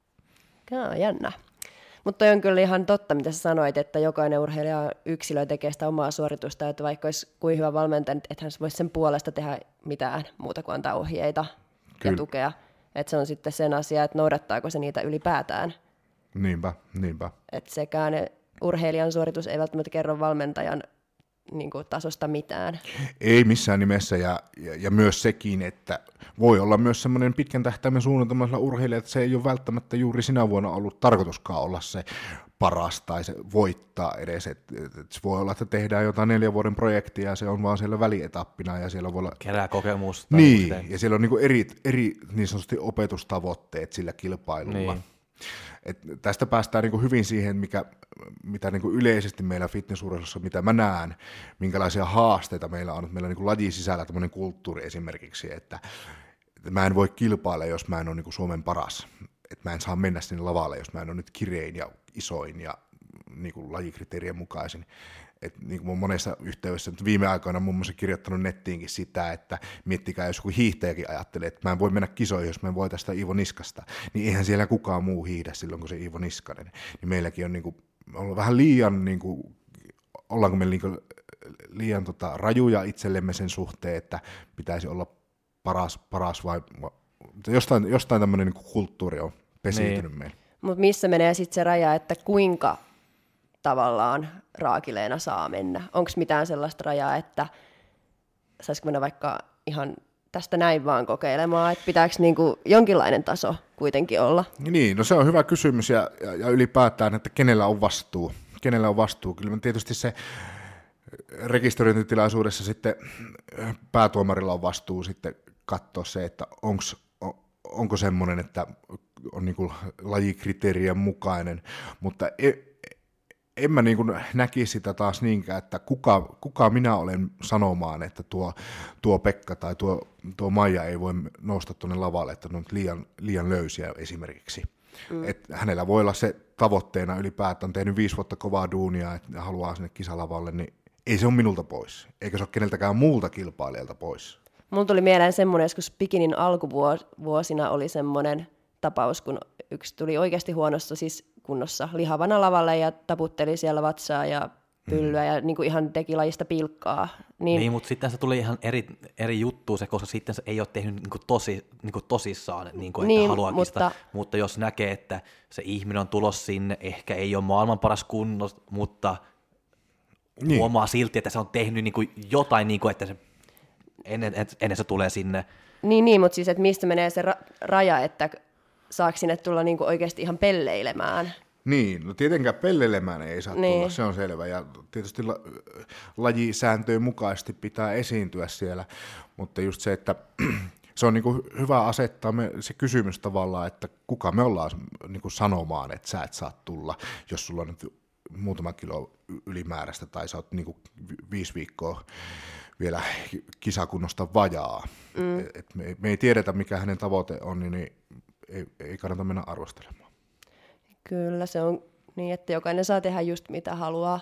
Jännä. Mutta on kyllä ihan totta, mitä sä sanoit, että jokainen urheilija yksilö tekee sitä omaa suoritusta, että vaikka olisi kuin hyvä valmentaja, niin ethän voisi sen puolesta tehdä mitään muuta kuin antaa ohjeita ja tukea. Että se on sitten sen asia, että noudattaako se niitä ylipäätään. Niinpä. Että sekään urheilijan suoritus ei välttämättä kerro valmentajan niin kuin tasosta mitään. Ei missään nimessä, ja myös sekin, että voi olla myös semmoinen pitkän tähtäimen suunnitelma urheilija, että se ei ole välttämättä juuri sinä vuonna ollut tarkoituskaan olla se paras tai se voittaa edes. Että se voi olla, että tehdään jotain 4 vuoden projektia ja se on vaan siellä välietappina ja siellä voi olla kerää kokemusta. Niin, ja siellä on niinku eri niin sanotusti opetustavoitteet sillä kilpailulla. Niin. Et tästä päästään niinku hyvin siihen, mitä niinku yleisesti meillä fitnessurheilussa, mitä mä näen, minkälaisia haasteita meillä on. Meillä on niinku lajin sisällä tämmöinen kulttuuri esimerkiksi, että mä en voi kilpailla, jos mä en ole niinku Suomen paras. Että mä en saa mennä sinne lavalle, jos mä en ole nyt kirein ja isoin ja niinku lajikriteerien mukaisin. Niin kuin monessa yhteydessä, mutta viime aikoina muun muassa kirjoittanut nettiinkin sitä, että miettikää, jos joku hiihtäjäkin ajattelee, että mä en voi mennä kisoihin, jos mä en voita sitä Iivo Niskasta, niin eihän siellä kukaan muu hiihdä silloin, kun se Iivo Niskanen. Niin meilläkin on, niin kuin, on vähän liian, niin kuin, ollaanko me liian rajuja itsellemme sen suhteen, että pitäisi olla paras vai jostain tämmöinen niin kuin kulttuuri on pesiytynyt meillä. Mutta missä menee sitten se raja, että kuinka tavallaan raakileena saa mennä? Onko mitään sellaista rajaa, että saisiko mennä vaikka ihan tästä näin vaan kokeilemaan, että pitääkö niinku jonkinlainen taso kuitenkin olla? Niin, no se on hyvä kysymys ja ylipäätään, että kenellä on vastuu? Kenellä on vastuu? Kyllä tietysti se rekisteröintitilaisuudessa sitten päätuomarilla on vastuu sitten katsoa se, että onko semmoinen, että on niinku lajikriteerien mukainen, mutta en mä niin kuin näkisi sitä taas niinkään, että kuka minä olen sanomaan, että tuo Pekka tai tuo Maija ei voi nousta tuonne lavalle, että ne on liian löysiä esimerkiksi. Että hänellä voi olla se tavoitteena ylipäätään, on tehnyt 5 vuotta kovaa duunia, että haluaa sinne kisalavalle, niin ei se ole minulta pois, eikä se ole keneltäkään muulta kilpailijalta pois. Mulla tuli mieleen semmoinen, joskus bikinin alkuvuosina oli semmoinen tapaus, kun yksi tuli oikeasti huonossa siis kunnossa lihavana lavalle ja taputteli siellä vatsaa ja pyllyä ja niin kuin ihan teki lajista pilkkaa. Niin, mutta sitten se tuli ihan eri juttu se, koska sitten se ei ole tehnyt tosissaan, että haluaa mutta jos näkee, että se ihminen on tulossa sinne, ehkä ei ole maailman paras kunnos, mutta huomaa silti, että se on tehnyt niin kuin jotain, niin kuin, että se ennen se tulee sinne. Niin, mutta siis, että mistä menee se raja, että saako sinne tulla niin kuin oikeasti ihan pelleilemään? Niin, no tietenkään pelleilemään ei saa tulla, se on selvä. Ja tietysti lajisääntöjen mukaisesti pitää esiintyä siellä, mutta just se, että se on niin kuin hyvä asettaa se kysymys tavallaan, että kuka me ollaan niin kuin sanomaan, että sä et saa tulla, jos sulla on nyt muutama kilo ylimääräistä tai sä oot niin kuin 5 viikkoa vielä kisakunnosta vajaa. Et me ei tiedetä, mikä hänen tavoite on, niin ei kannata mennä arvostelemaan. Kyllä, se on niin, että jokainen saa tehdä just mitä haluaa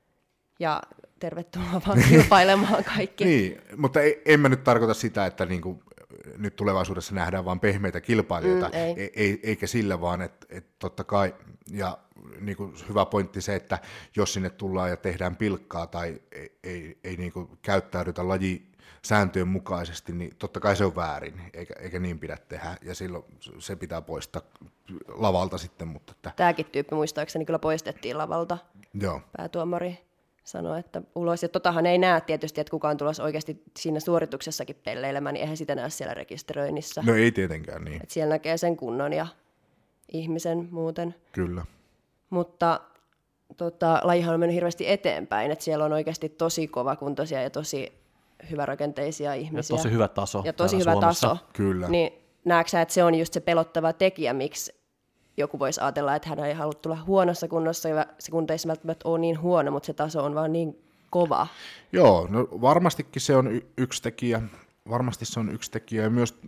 ja tervetuloa vaan kilpailemaan kaikki. Niin, mutta en mä nyt tarkoita sitä, että niinku, nyt tulevaisuudessa nähdään vain pehmeitä kilpailijoita, eikä sillä vaan, että totta kai, ja niinku hyvä pointti se, että jos sinne tullaan ja tehdään pilkkaa tai ei niinku käyttäydytä sääntöjen mukaisesti, niin totta kai se on väärin, eikä niin pidä tehdä, ja silloin se pitää poistaa lavalta sitten. Mutta että tämäkin tyyppi muistaakseni kyllä poistettiin lavalta. Joo. Päätuomari sanoi, että ulos, ja totahan ei näe tietysti, että kuka on tulossa oikeasti siinä suorituksessakin pelleilemään, niin eihän sitä näe siellä rekisteröinnissä. No ei tietenkään niin. Että siellä näkee sen kunnon ja ihmisen muuten. Kyllä. Mutta lajihan on mennyt hirveästi eteenpäin, että siellä on oikeasti tosi kovakuntoisia ja tosi hyvärakenteisia ihmisiä. Ja tosi hyvä taso. Ja tosi hyvä Suomessa. taso. Kyllä. Niin näetkö sä, että se on just se pelottava tekijä, miksi joku voisi ajatella, että hän ei halua tulla huonossa kunnossa, ja se kunto ei välttämättä ole niin huono, mutta se taso on vaan niin kova. Joo, no varmastikin se on yksi tekijä. Varmasti se on yksi tekijä, ja myös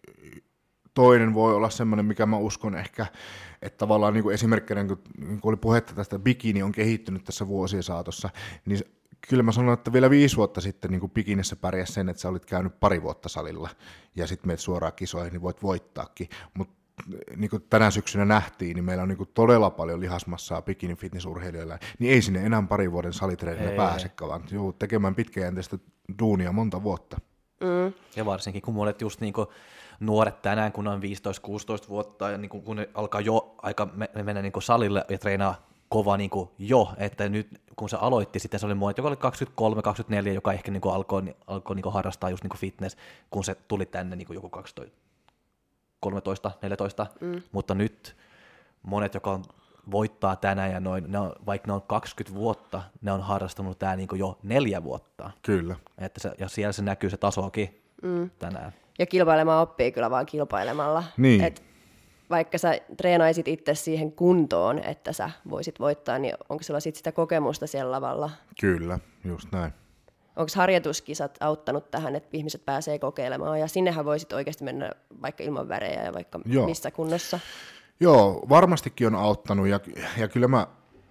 toinen voi olla semmoinen, mikä mä uskon ehkä, että tavallaan niin kuin esimerkkinä, kun oli puhetta tästä, bikini on kehittynyt tässä vuosien saatossa, niin kyllä mä sanon, että vielä 5 vuotta sitten niin bikinissä pärjäsi sen, että sä olit käynyt 2 vuotta salilla ja sitten meet suoraan kisoihin, niin voit voittaakin. Mutta niin kuin tänä syksynä nähtiin, niin meillä on niin kuin todella paljon lihasmassaa bikini-fitnessurheilijoilla, niin ei sinne enää 2 vuoden salitreenillä pääsekään, vaan tekemään pitkäjänteistä duunia monta vuotta. Ja varsinkin kun monet just niin kuin nuoret tänään, kun on 15-16 vuotta, ja niin kun ne alkaa jo aika mennä niin kuin salille ja treenaa kova niin kuin että nyt kun se aloitti, sitten se oli monet, joka oli 23-24, joka ehkä niin kuin alkoi niin kuin harrastaa just niin kuin fitness, kun se tuli tänne niin kuin joku 13-14, mutta nyt monet, joka voittaa tänään ja vaikka ne on 20 vuotta, ne on harrastanut tää niin kuin jo 4 vuotta. Kyllä. Että ja siellä se näkyy se tasoakin tänään. Ja kilpailemaan oppii kyllä vaan kilpailemalla. Niin. Et vaikka sä treenaisit itse siihen kuntoon, että sä voisit voittaa, niin onko sulla sit sitä kokemusta siellä lavalla? Kyllä, just näin. Onko harjoituskisat auttanut tähän, että ihmiset pääsee kokeilemaan, ja sinnehän voisit oikeasti mennä vaikka ilman värejä ja vaikka missä kunnossa? Joo, varmastikin on auttanut, ja kyllä mä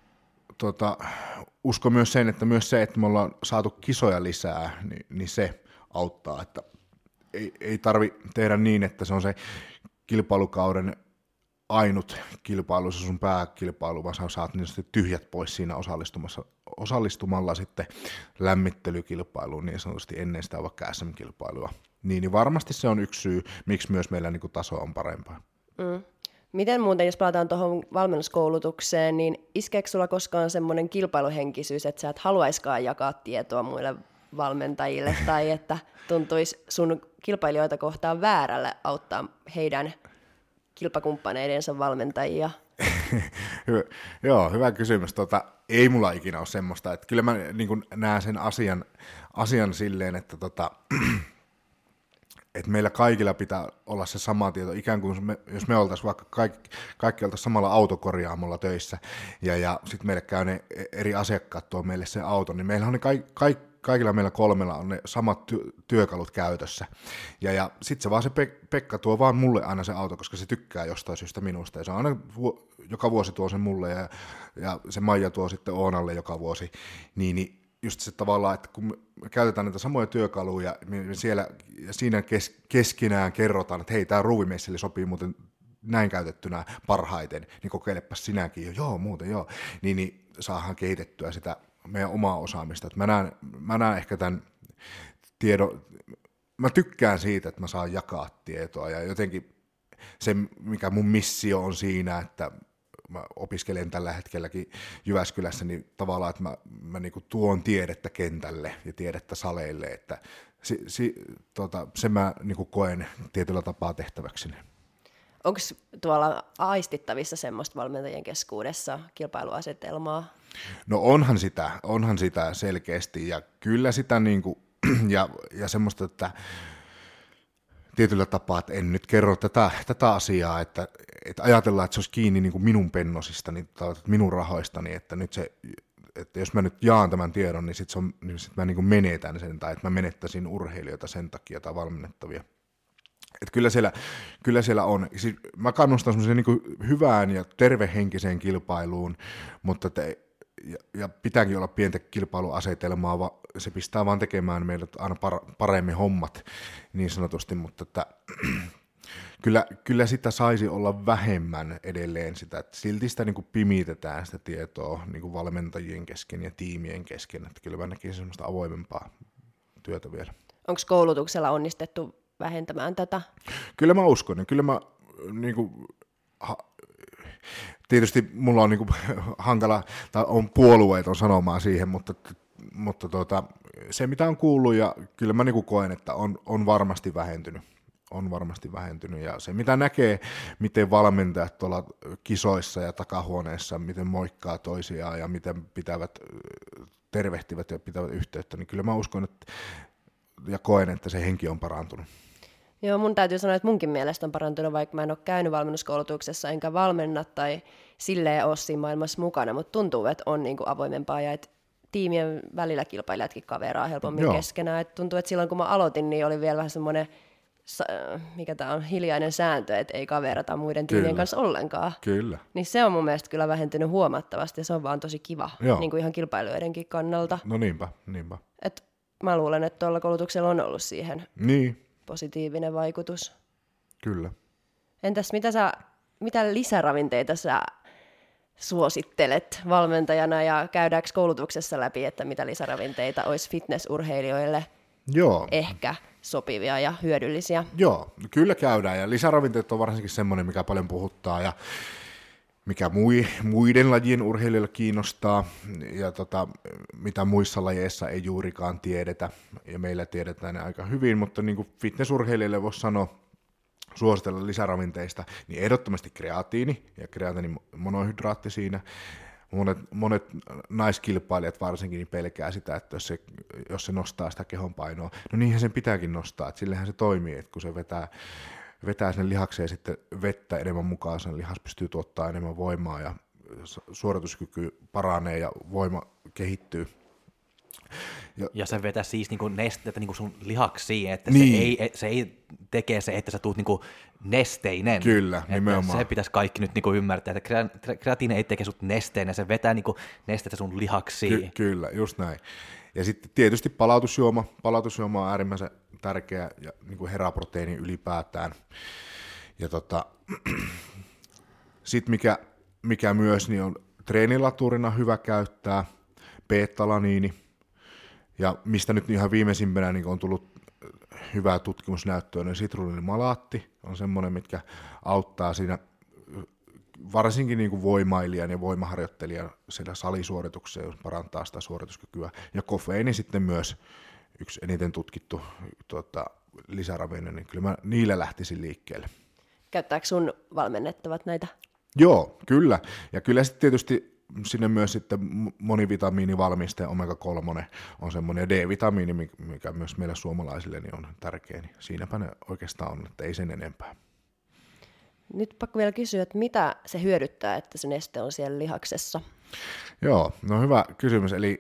uskon myös sen, että me ollaan saatu kisoja lisää, niin se auttaa, että ei tarvi tehdä niin, että se on se kilpailukauden ainut kilpailu, se sun pääkilpailu, vaan sä saat niin tyhjät pois siinä osallistumalla sitten lämmittelykilpailuun niin sanotusti ennen sitä vaikka SM-kilpailua. Niin varmasti se on yksi syy, miksi myös meillä niin kuin taso on parempaa. Miten muuten, jos palataan tuohon valmennuskoulutukseen, niin iskeekö sulla koskaan semmoinen kilpailuhenkisyys, että sä et haluaiskaan jakaa tietoa muille valmentajille, tai että tuntuisi sun kilpailijoita kohtaan väärälle auttaa heidän kilpakumppaneidensa valmentajia? Joo, hyvä kysymys. Ei mulla ikinä ole semmoista, että kyllä mä niin kuin näen sen asian silleen, että että meillä kaikilla pitää olla se sama tieto, ikään kuin jos me oltaisiin vaikka kaikki oltaisiin samalla autokorjaamolla töissä, ja sitten meille käy ne eri asiakkaat tuo meille se auto, niin meillä on ne kaikilla meillä 3 on ne samat työkalut käytössä. Ja sitten se vaan se Pekka tuo vaan mulle aina se auto, koska se tykkää jostain syystä minusta. Ja se aina joka vuosi tuo sen mulle ja se Maija tuo sitten Oonalle joka vuosi. Niin just se tavallaan, että kun me käytetään näitä samoja työkaluja, me siellä ja siinä keskinään kerrotaan, että hei, tämä ruuvimeisseli sopii muuten näin käytettynä parhaiten, niin kokeilepas sinäkin jo, joo, muuten joo, niin saadaan kehitettyä sitä meidän omaa osaamista. Että mä näen ehkä tämän tiedon, mä tykkään siitä, että mä saan jakaa tietoa ja jotenkin se, mikä mun missio on siinä, että mä opiskelen tällä hetkelläkin Jyväskylässä, niin tavallaan, että mä niinku tuon tiedettä kentälle ja tiedettä saleille, että sen mä niinku koen tietyllä tapaa tehtäväkseni. Onko tuolla aistittavissa semmoista valmentajien keskuudessa kilpailuasetelmaa? No onhan sitä selkeästi ja kyllä sitä niinku, ja semmoista, että tietyllä tapaa, että en nyt kerro tätä asiaa, että ajatellaan, että se olisi kiinni niin kuin minun pennosistani tai minun rahoistani, että nyt se, että jos mä nyt jaan tämän tiedon, niin sitten mä niin kuin menetän sen, tai että mä menettäisin urheilijoita sen takia tai valmennettavia. Että kyllä siellä on. Siis mä kannustan semmoiseen niin kuin hyvään ja tervehenkiseen kilpailuun, mutta ja pitääkin olla pientä kilpailuasetelmaa, se pistää vaan tekemään meille aina paremmin hommat niin sanotusti, mutta että, kyllä sitä saisi olla vähemmän edelleen sitä, että silti sitä niin kuin pimitetään sitä tietoa niin kuin valmentajien kesken ja tiimien kesken, että kyllä mä näkisin semmoista avoimempaa työtä vielä. Onko koulutuksella onnistettu vähentämään tätä? Kyllä mä uskon, ja kyllä mä niin kuin, tietysti mulla on niinku hankala, tai on puolueeton sanomaan siihen, mutta se mitä on kuullut, ja kyllä mä niinku koen, että on varmasti vähentynyt. On varmasti vähentynyt, ja se mitä näkee, miten valmentajat tuolla kisoissa ja takahuoneessa, miten moikkaa toisiaan ja miten tervehtivät ja pitävät yhteyttä, niin kyllä mä uskon että, ja koen, että se henki on parantunut. Joo, mun täytyy sanoa, että munkin mielestä on parantunut, vaikka mä en ole käynyt valmennuskoulutuksessa enkä valmenna tai silleen ole siinä maailmassa mukana, mutta tuntuu, että on niinku avoimempaa ja että tiimien välillä kilpailijatkin kaveraa helpommin keskenään. Et tuntuu, että silloin kun mä aloitin, niin oli vielä vähän semmoinen, mikä tää on, hiljainen sääntö, että ei kaverata muiden tiimien kanssa ollenkaan. Kyllä. Niin se on mun mielestä kyllä vähentynyt huomattavasti ja se on vaan tosi kiva, niin kuin ihan kilpailijoidenkin kannalta. No niinpä. Et mä luulen, että tuolla koulutuksella on ollut siihen positiivinen vaikutus. Kyllä. Entäs mitä lisäravinteita sä suosittelet valmentajana ja käydäänkö koulutuksessa läpi, että mitä lisäravinteita olisi fitnessurheilijoille ehkä sopivia ja hyödyllisiä? Joo, kyllä käydään ja lisäravinteet on varsinkin semmoinen, mikä paljon puhuttaa ja mikä muiden lajien urheilijoille kiinnostaa ja mitä muissa lajeissa ei juurikaan tiedetä ja meillä tiedetään ne aika hyvin, mutta niin kuin fitnessurheilijoille voisi suositella lisäravinteista, niin ehdottomasti kreatiini ja kreatiinimonohydraatti siinä. Monet naiskilpailijat varsinkin niin pelkää sitä, että jos se nostaa sitä kehonpainoa, no niinhän sen pitääkin nostaa, että sillehän se toimii, että kun se vetää sen lihakseen sitten vettä enemmän mukaan, sen lihas pystyy tuottamaan enemmän voimaa ja suorituskyky paranee ja voima kehittyy. Ja se vetää siis niinku nestettä niinku sun lihaksiin, että se ei tekee se, että sä tuut niinku nesteinen. Kyllä, nimenomaan. Se pitäisi kaikki nyt niinku ymmärtää, että kreatiini ei tekee sut nesteinen, se vetää niinku nestettä sun lihaksiin. Kyllä, just näin. Ja sitten tietysti palautusjuoma on äärimmäisen tärkeä ja niinku heraproteiini ylipäätään. Ja sitten mikä myös niin on treenilaturina hyvä käyttää, beta-alaniini. Ja mistä nyt ihan viimeisimpänä niin on tullut hyvää tutkimusnäyttöä, niin sitrullinilaatti on semmoinen, mitkä auttaa siinä varsinkin niin kuin voimailijan ja voimaharjoittelijan siellä salisuorituksessa, jos parantaa sitä suorituskykyä. Ja kofeiini sitten myös yksi eniten tutkittu lisäravinne, niin kyllä mä niillä lähtisin liikkeelle. Käyttääkö sun valmennettavat näitä? Joo, kyllä. Ja kyllä sitten tietysti sinne myös sitten monivitamiinivalmiste omega-3 on semmoinen, ja D-vitamiini, mikä myös meille suomalaisille niin on tärkeä, niin siinäpä ne oikeastaan on, että ei sen enempää. Nyt pakko vielä kysyä, että mitä se hyödyttää, että se neste on siellä lihaksessa? Joo, no hyvä kysymys. Eli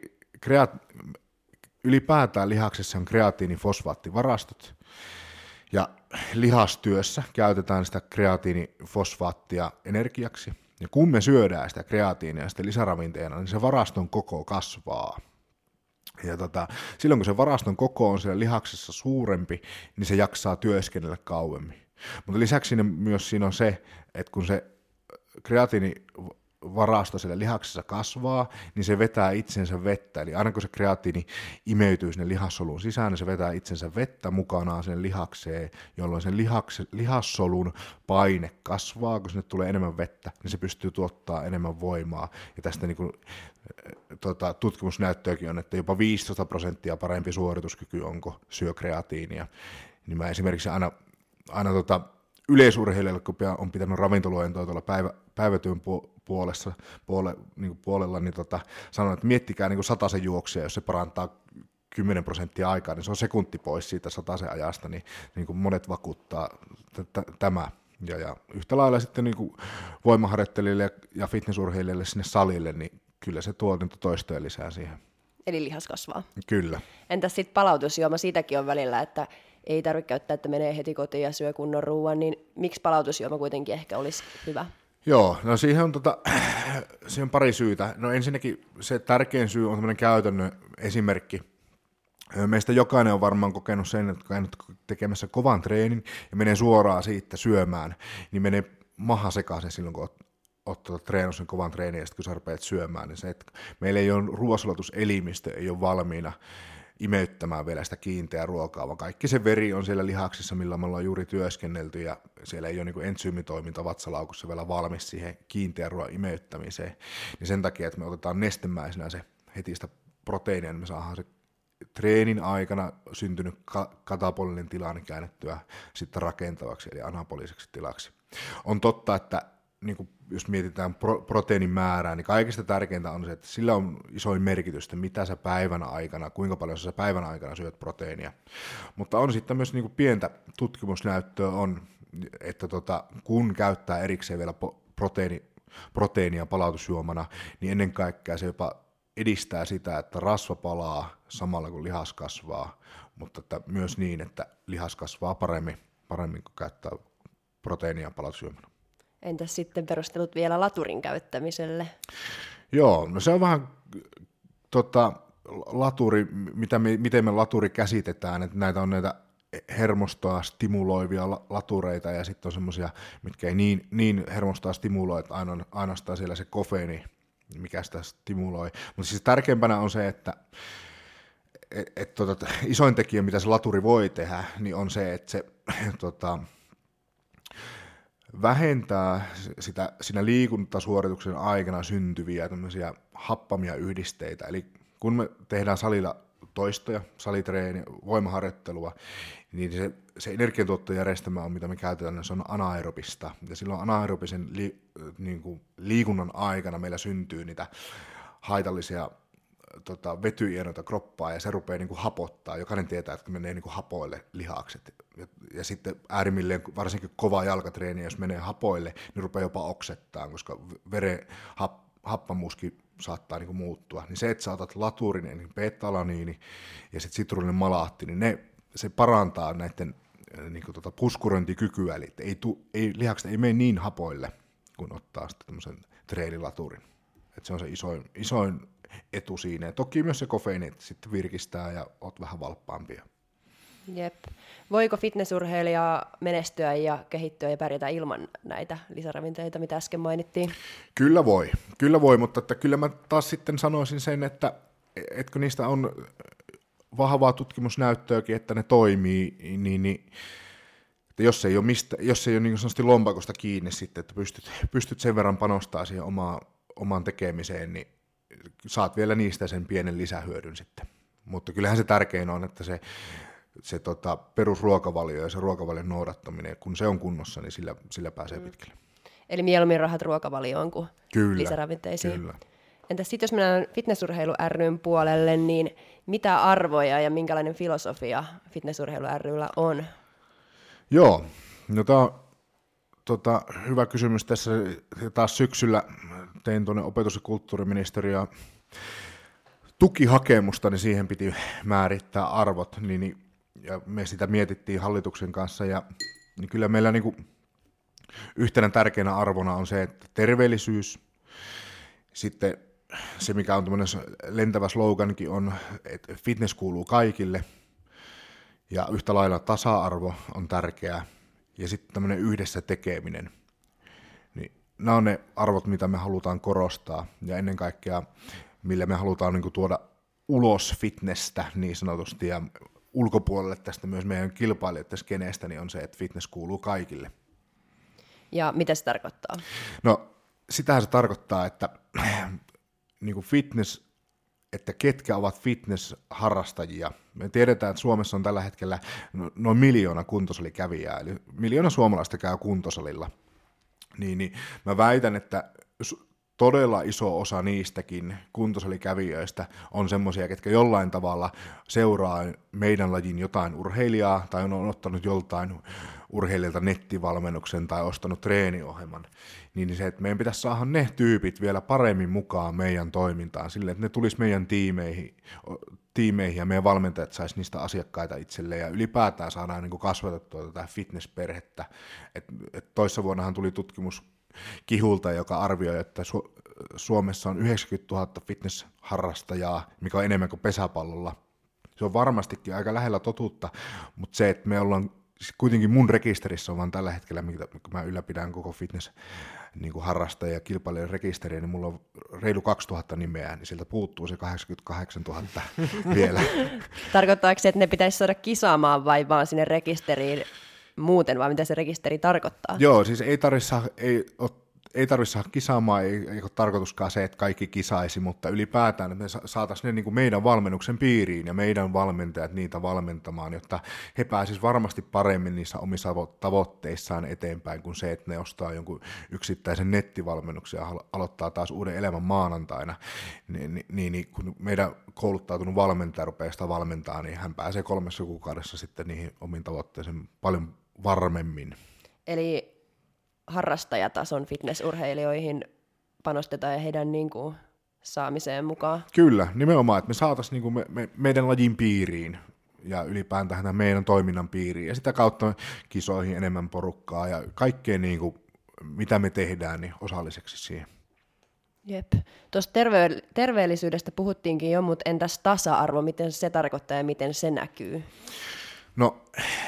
ylipäätään lihaksessa on kreatiinifosfaattivarastot, ja lihastyössä käytetään sitä kreatiinifosfaattia energiaksi. Ja kun me syödään sitä kreatiinia sitten lisäravinteena, niin se varaston koko kasvaa. Ja silloin kun se varaston koko on siellä lihaksessa suurempi, niin se jaksaa työskennellä kauemmin. Mutta lisäksi myös siinä on se, että kun se kreatiinivarasto siellä lihaksessa kasvaa, niin se vetää itsensä vettä. Eli aina kun se kreatiini imeytyy sinne lihassoluun sisään, niin se vetää itsensä vettä mukanaan sinne lihakseen, jolloin sen lihassolun paine kasvaa, kun sinne tulee enemmän vettä, niin se pystyy tuottaa enemmän voimaa. Ja tästä niin kuin, tutkimusnäyttöäkin on, että jopa 15% parempi suorituskyky onko syö kreatiinia. Niin mä esimerkiksi aina yleisurheilijalle, kun on pitänyt ravintoluentoa tuolla päivätyön puolella, niin sanon, että miettikää niin 100 juoksia, jos se parantaa 10% aikaa, niin se on sekunti pois siitä 100 ajasta, niin kuin monet vakuuttaa tämä. Ja yhtä lailla sitten niin kuin voimaharjoittelijoille ja fitnessurheilijoille sinne salille, niin kyllä se tuo toistoja lisää siihen. Eli lihas kasvaa. Kyllä. Entäs sitten palautusjuoma? Siitäkin on välillä, että ei tarvitse käyttää, että menee heti kotiin ja syö kunnon ruoan, niin miksi palautusjuoma kuitenkin ehkä olisi hyvä? Joo, no siihen on pari syytä. No ensinnäkin se tärkein syy on tämmöinen käytännön esimerkki. Meistä jokainen on varmaan kokenut sen, että kun käynyt tekemässä kovan treenin ja menee suoraan siitä syömään, niin menee maha sekaisin silloin, kun oot treenannut sen kovan treenin ja sitten kun sä rupeat syömään, niin se, että meillä ei ole ruoansulatuselimistö, ei ole valmiina imeyttämään vielä sitä kiinteää ruokaa, vaan kaikki se veri on siellä lihaksissa, millä me ollaan juuri työskennelty, ja siellä ei ole niin entsyymitoiminta vatsalaukussa vielä valmis siihen kiinteän ruoan imeyttämiseen. Niin sen takia, että me otetaan nestemäisenä se heti sitä proteiinia, niin me saadaan se treenin aikana syntynyt katabolinen tila niin käännettyä sitten rakentavaksi, eli anapoliseksi tilaksi. On totta, että niin kuin jos mietitään proteiinin määrää, niin kaikista tärkeintä on se, että sillä on isoin merkitys, että mitä sä päivän aikana, kuinka paljon sä päivän aikana syöt proteiinia. Mutta on sitten myös niin kuin pientä tutkimusnäyttöä on, että kun käyttää erikseen vielä proteiinia palautusjuomana, niin ennen kaikkea se jopa edistää sitä, että rasva palaa samalla kun lihas kasvaa, mutta että myös niin, että lihas kasvaa paremmin kun käyttää proteiinia palautusjuomana. Entäs sitten perustelut vielä laturin käyttämiselle? Joo, no se on vähän laturi, miten me laturi käsitetään, että näitä on näitä hermostoa stimuloivia latureita ja sitten on semmoisia, mitkä ei niin hermostoa stimuloi, että ainoastaan siellä se kofeiini, mikä sitä stimuloi. Mutta siis tärkeimpänä on se, että isoin tekijä, mitä se laturi voi tehdä, niin on se, että se vähentää siinä liikuntasuorituksen aikana syntyviä tämmöisiä happamia yhdisteitä. Eli kun me tehdään salilla toistoja, salitreeniä, voimaharjoittelua, niin se energiantuottojärjestelmä on, mitä me käytetään, se on anaerobista. Ja silloin anaerobisen liikunnan aikana meillä syntyy niitä haitallisia vetyjenoita kroppaa, ja se rupeaa niin kuin hapottaa. Jokainen tietää, että menee niin kuin hapoille lihakset. Ja sitten äärimmilleen, varsinkin kova jalkatreeni, jos menee hapoille, niin rupeaa jopa oksettaa, koska veren happamuuskin saattaa niin kuin muuttua. Niin se, että sä otat laturin, niin beta-alaniini ja sitten sitrullinen malaatti, niin se parantaa näiden niin kuin puskurointikykyä, eli lihakset ei mene niin hapoille, kun ottaa sitten tämmöisen treenilaturin. Että se on se isoin etu siinä. Ja toki myös se kofeiini sitten virkistää ja oot vähän valppaampia. Jep. Voiko fitnessurheilija menestyä ja kehittyä ja pärjätä ilman näitä lisäravinteita, mitä äsken mainittiin? Kyllä voi, mutta että kyllä mä taas sitten sanoisin sen, että kun niistä on vahvaa tutkimusnäyttöäkin, että ne toimii, niin että jos ei ole niin sanotusti lompakosta kiinni sitten, että pystyt sen verran panostaa siihen omaan tekemiseen, niin saat vielä niistä sen pienen lisähyödyn sitten. Mutta kyllähän se tärkein on, että se perusruokavalio ja se ruokavalion noudattaminen, kun se on kunnossa, niin sillä pääsee pitkälle. Eli mieluummin rahat ruokavalioon kuin lisäravinteisiin. Kyllä. Entäs sitten jos mennään Fitnessurheilu ry:n puolelle, niin mitä arvoja ja minkälainen filosofia Fitnessurheilu ry:llä on? Joo, no tämä on hyvä kysymys. Tässä taas syksyllä tein tuonne opetus- ja kulttuuriministeriöön tukihakemusta, niin siihen piti määrittää arvot, ja me sitä mietittiin hallituksen kanssa, niin kyllä meillä niin kuin yhtenä tärkeänä arvona on se, että terveellisyys, sitten se, mikä on tämmöinen lentävä slogankin, on, että fitness kuuluu kaikille, ja yhtä lailla tasa-arvo on tärkeää, ja sitten tämmöinen yhdessä tekeminen. Niin nämä on ne arvot, mitä me halutaan korostaa, ja ennen kaikkea, millä me halutaan niin kuin tuoda ulos fitnessä niin sanotusti, ja ulkopuolelle tästä myös meidän kilpailijoiden skeneestä, niin on se, että fitness kuuluu kaikille. Ja mitä se tarkoittaa? No, sitähän se tarkoittaa, että niin kuin fitness, että ketkä ovat fitness-harrastajia. Me tiedetään, että Suomessa on tällä hetkellä noin 1 miljoona kuntosalikävijää, eli 1 miljoona suomalaista käy kuntosalilla. Niin mä väitän, että todella iso osa niistäkin kuntosalikävijöistä on semmoisia, ketkä jollain tavalla seuraa meidän lajin jotain urheilijaa tai on ottanut joltain urheilijalta nettivalmennuksen tai ostanut treeniohjelman. Niin se, että meidän pitäisi saada ne tyypit vielä paremmin mukaan meidän toimintaan sille, että ne tulisi meidän tiimeihin ja meidän valmentajat saisi niistä asiakkaita itselleen ja ylipäätään saadaan niin kuin kasvatettua tätä fitness-perhettä. Toissa vuonnahan tuli tutkimus Kihulta, joka arvioi, että Suomessa on 90 000 fitness-harrastajaa, mikä on enemmän kuin pesäpallolla. Se on varmastikin aika lähellä totuutta, mutta se, että me ollaan, kuitenkin mun rekisterissä on vaan tällä hetkellä, kun mä ylläpidän koko fitness-harrastajia ja kilpailijan rekisteriä, niin mulla on reilu 2000 nimeä, niin sieltä puuttuu se 88 000 vielä. Tarkoittaako se, että ne pitäisi saada kisaamaan vai vaan sinne rekisteriin muuten, vai mitä se rekisteri tarkoittaa? Joo, siis ei tarvitse saada kisaamaan, ei ole tarkoituskaan se, että kaikki kisaisi, mutta ylipäätään, että me saataisiin ne niin kuin meidän valmennuksen piiriin ja meidän valmentajat niitä valmentamaan, jotta he pääsisivät varmasti paremmin niissä omissa tavoitteissaan eteenpäin kuin se, että ne ostaa jonkun yksittäisen nettivalmennuksen ja aloittaa taas uuden elämän maanantaina. Niin kun meidän kouluttautunut valmentaja rupeaa sitä valmentaa, niin hän pääsee 3 kuukaudessa sitten niihin omiin tavoitteisiin paljon varmemmin. Eli harrastajatason fitnessurheilijoihin panostetaan ja heidän niin kuin saamiseen mukaan. Kyllä, nimenomaan, että me saataisiin niin kuin meidän lajin piiriin ja ylipäätään meidän toiminnan piiriin ja sitä kautta kisoihin enemmän porukkaa ja kaikkeen, niin kuin, mitä me tehdään, niin osalliseksi siihen. Jep. Tuosta terveellisyydestä puhuttiinkin jo, mutta entäs tasa-arvo, miten se tarkoittaa ja miten se näkyy? No,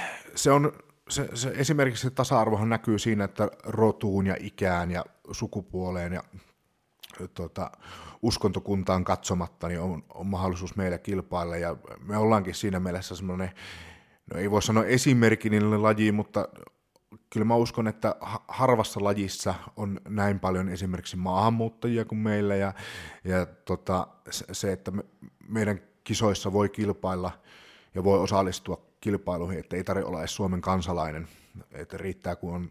se esimerkiksi se tasa-arvohan näkyy siinä, että rotuun ja ikään ja sukupuoleen ja uskontokuntaan katsomatta niin on mahdollisuus meillä kilpailla ja me ollaankin siinä mielessä semmoinen, no ei voi sanoa esimerkillinen laji, mutta kyllä mä uskon, että harvassa lajissa on näin paljon esimerkiksi maahanmuuttajia kuin meillä ja se, että meidän kisoissa voi kilpailla ja voi osallistua kilpailuihin, että ei tarvitse olla edes Suomen kansalainen, että riittää kun on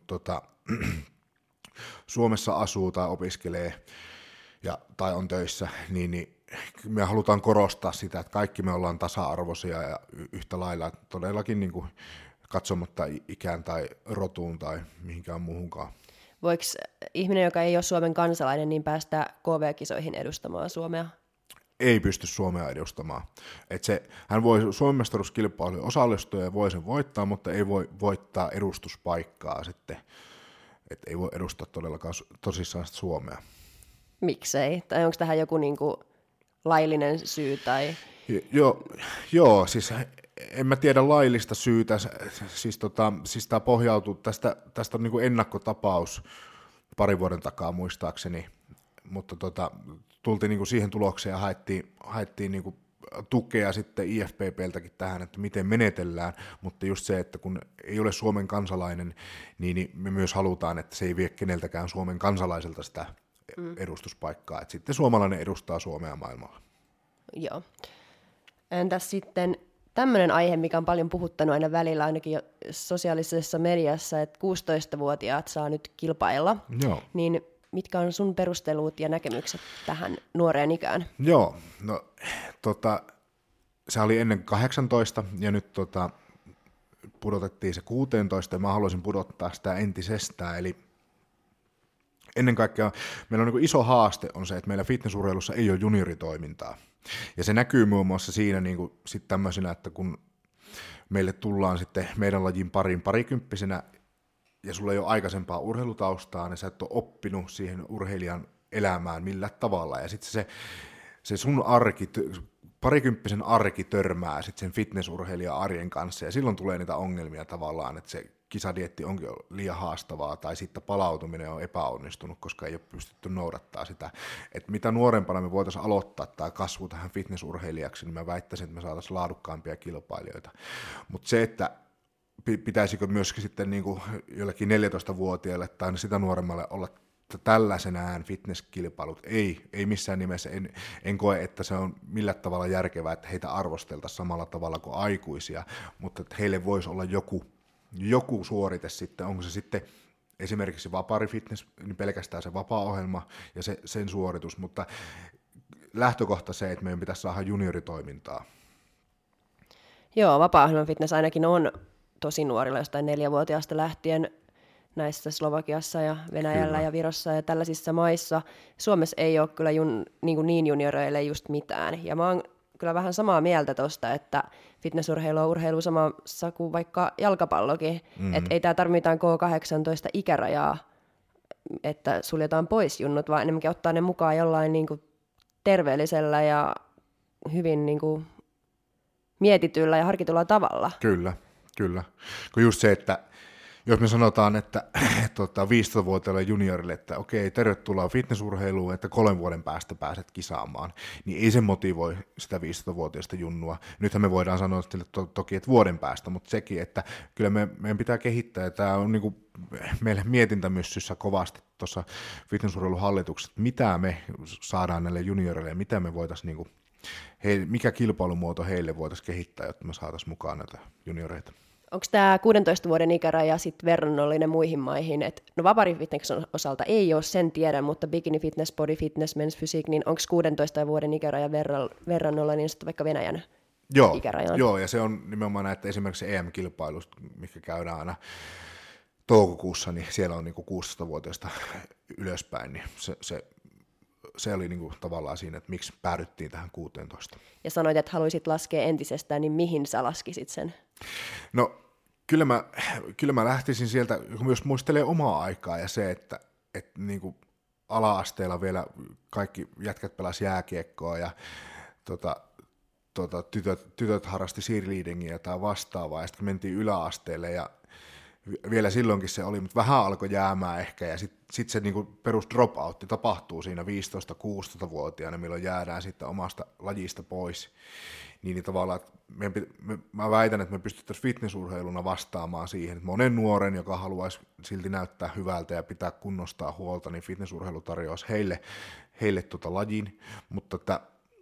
Suomessa asuu tai opiskelee tai on töissä, niin me halutaan korostaa sitä, että kaikki me ollaan tasa-arvoisia ja yhtä lailla todellakin niin kuin katsomatta ikään tai rotuun tai mihinkään muuhunkaan. Voiko ihminen, joka ei ole Suomen kansalainen, niin päästä KV-kisoihin edustamaan Suomea? Ei pysty Suomea edustamaan. Hän voi Suomen mestaruuskilpailuun osallistua ja voi sen voittaa, mutta ei voi voittaa edustuspaikkaa sitten. Että ei voi edustaa todellakaan tosissaan Suomea. Miksei? Tai onko tähän joku niinku laillinen syy? Tai? Joo, siis en mä tiedä laillista syytä. Siis tämä pohjautuu, tästä on niinku ennakkotapaus 2 vuoden takaa muistaakseni, mutta tultiin niinku siihen tulokseen ja haettiin niinku tukea sitten IFPPltäkin tähän, että miten menetellään, mutta just se, että kun ei ole Suomen kansalainen, niin me myös halutaan, että se ei vie keneltäkään Suomen kansalaiselta sitä edustuspaikkaa, että sitten suomalainen edustaa Suomea maailmalla. Joo. Entäs sitten tämmöinen aihe, mikä on paljon puhuttanut aina välillä, ainakin jo sosiaalisessa mediassa, että 16-vuotiaat saa nyt kilpailla, Joo. niin mitkä on sun perustelut ja näkemykset tähän nuoreen ikään? Joo, no se oli ennen 18 ja nyt pudotettiin se 16 ja mä haluaisin pudottaa sitä entisestään, eli ennen kaikkea meillä on niin iso haaste on se, että meillä fitnessurheilussa ei ole junioritoimintaa. Ja se näkyy muun muassa siinä niin kuin sit tämmöisenä, että kun meille tullaan sitten meidän lajin parikymppisenä ja sulla ei ole aikaisempaa urheilutaustaa, niin sä et ole oppinut siihen urheilijan elämään millä tavalla. Ja sitten se sun parikymppisen arki törmää sitten sen fitnessurheilijan arjen kanssa ja silloin tulee niitä ongelmia tavallaan, että se kisadietti onkin liian haastavaa tai sitten palautuminen on epäonnistunut, koska ei ole pystytty noudattaa sitä. Että mitä nuorempana me voitaisiin aloittaa tämä kasvu tähän fitnessurheilijaksi, niin mä väittäisin, että me saataisiin laadukkaampia kilpailijoita. Mutta se, että pitäisikö myöskin sitten niin kuin jollekin 14-vuotiaille tai sitä nuoremmalle olla tällaisenään fitnesskilpailut, ei missään nimessä, en koe, että se on millään tavalla järkevää, että heitä arvosteltaisiin samalla tavalla kuin aikuisia, mutta että heille voisi olla joku suorite sitten, onko se sitten esimerkiksi vaparifitness, niin pelkästään se vapaa-ohjelma ja sen suoritus, mutta lähtökohta se, että meidän pitäisi saada junioritoimintaa. Joo, vapaa-ohjelman fitness ainakin on tosi nuorilla, jostain 4-vuotiaasta lähtien näissä ja Venäjällä kyllä. Ja Virossa ja tällaisissa maissa. Suomessa ei ole kyllä niin junioreille just mitään. Ja mä oon kyllä vähän samaa mieltä tosta, että fitnessurheilu on urheilu samassa kuin vaikka jalkapallokin. Että ei tää tarvitaan K18 ikärajaa, että suljetaan pois junnut, vaan enemmänkin ottaa ne mukaan jollain niinku terveellisellä ja hyvin niinku mietityllä ja harkitulla tavalla. Kyllä. Kun just se, että jos me sanotaan, että 15-vuotiaille juniorille, että okei, tervetuloa fitnessurheiluun, että 3 vuoden päästä pääset kisaamaan, niin ei se motivoi sitä 15-vuotiaista junnua. Nythän me voidaan sanoa toki, että vuoden päästä, mutta sekin, että kyllä meidän pitää kehittää, ja tämä on niin kuin meille mietintämyssyssä kovasti tuossa fitnessurheiluhallituksessa, että mitä me saadaan näille junioreille, ja mitä me voitaisiin, niin kuin, mikä kilpailumuoto heille voitaisiin kehittää, jotta me saataisiin mukaan näitä junioreita. Onko tämä 16 vuoden ikäraja sitten verrannollinen muihin maihin? No vaparifitneksen osalta ei ole, sen tiedän, mutta bikini fitness, body fitness, men's physique, niin onko 16 vuoden ikäraja verrannollinen sitten vaikka Venäjän ikärajaan? Joo, ja se on nimenomaan näitä esimerkiksi EM-kilpailut, mikä käydään aina toukokuussa, niin siellä on niinku 16-vuotiaista ylöspäin, niin se oli niinku tavallaan siinä, että miksi päädyttiin tähän 16. Ja sanoit, että haluaisit laskea entisestään, niin mihin sä laskisit sen? No kyllä mä lähtisin sieltä, kun myös muistelee omaa aikaa ja se, että niinku ala-asteella kaikki jätkät pelasi jääkiekkoa ja tytöt harrasti cheerleadingia tai vastaavaa, ja sitten mentiin yläasteelle ja vielä silloinkin se oli, mutta vähän alkoi jäämään ehkä, ja sitten se niinku perus dropoutti tapahtuu siinä 15-16-vuotiaana, milloin jäädään sitten omasta lajista pois. Niin tavallaan, että mä väitän, että me pystyttäisiin fitnessurheiluna vastaamaan siihen, että monen nuoren, joka haluaisi silti näyttää hyvältä ja pitää kunnostaa huolta, niin fitnessurheilu tarjoaisi heille lajin, mutta että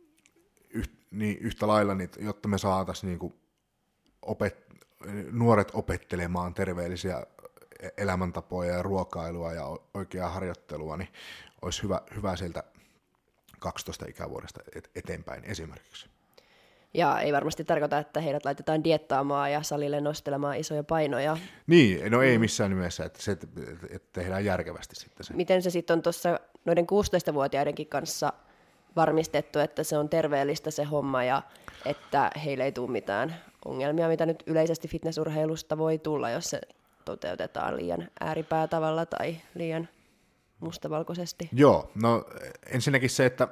yhtä lailla, niin, jotta me saataisiin niinku nuoret opettelemaan terveellisiä elämäntapoja ja ruokailua ja oikeaa harjoittelua, niin olisi hyvä sieltä 12 ikävuodesta eteenpäin esimerkiksi. Ja ei varmasti tarkoita, että heidät laitetaan diettaamaan ja salille nostelemaan isoja painoja. Niin, no ei missään nimessä, että tehdään järkevästi sitten se. Miten se sitten on tuossa noiden 16-vuotiaidenkin kanssa varmistettu, että se on terveellistä se homma ja että heille ei tule mitään ongelmia, mitä nyt yleisesti fitnessurheilusta voi tulla, jos se toteutetaan liian ääripäätavalla tai liian mustavalkoisesti? Joo, no ensinnäkin se, että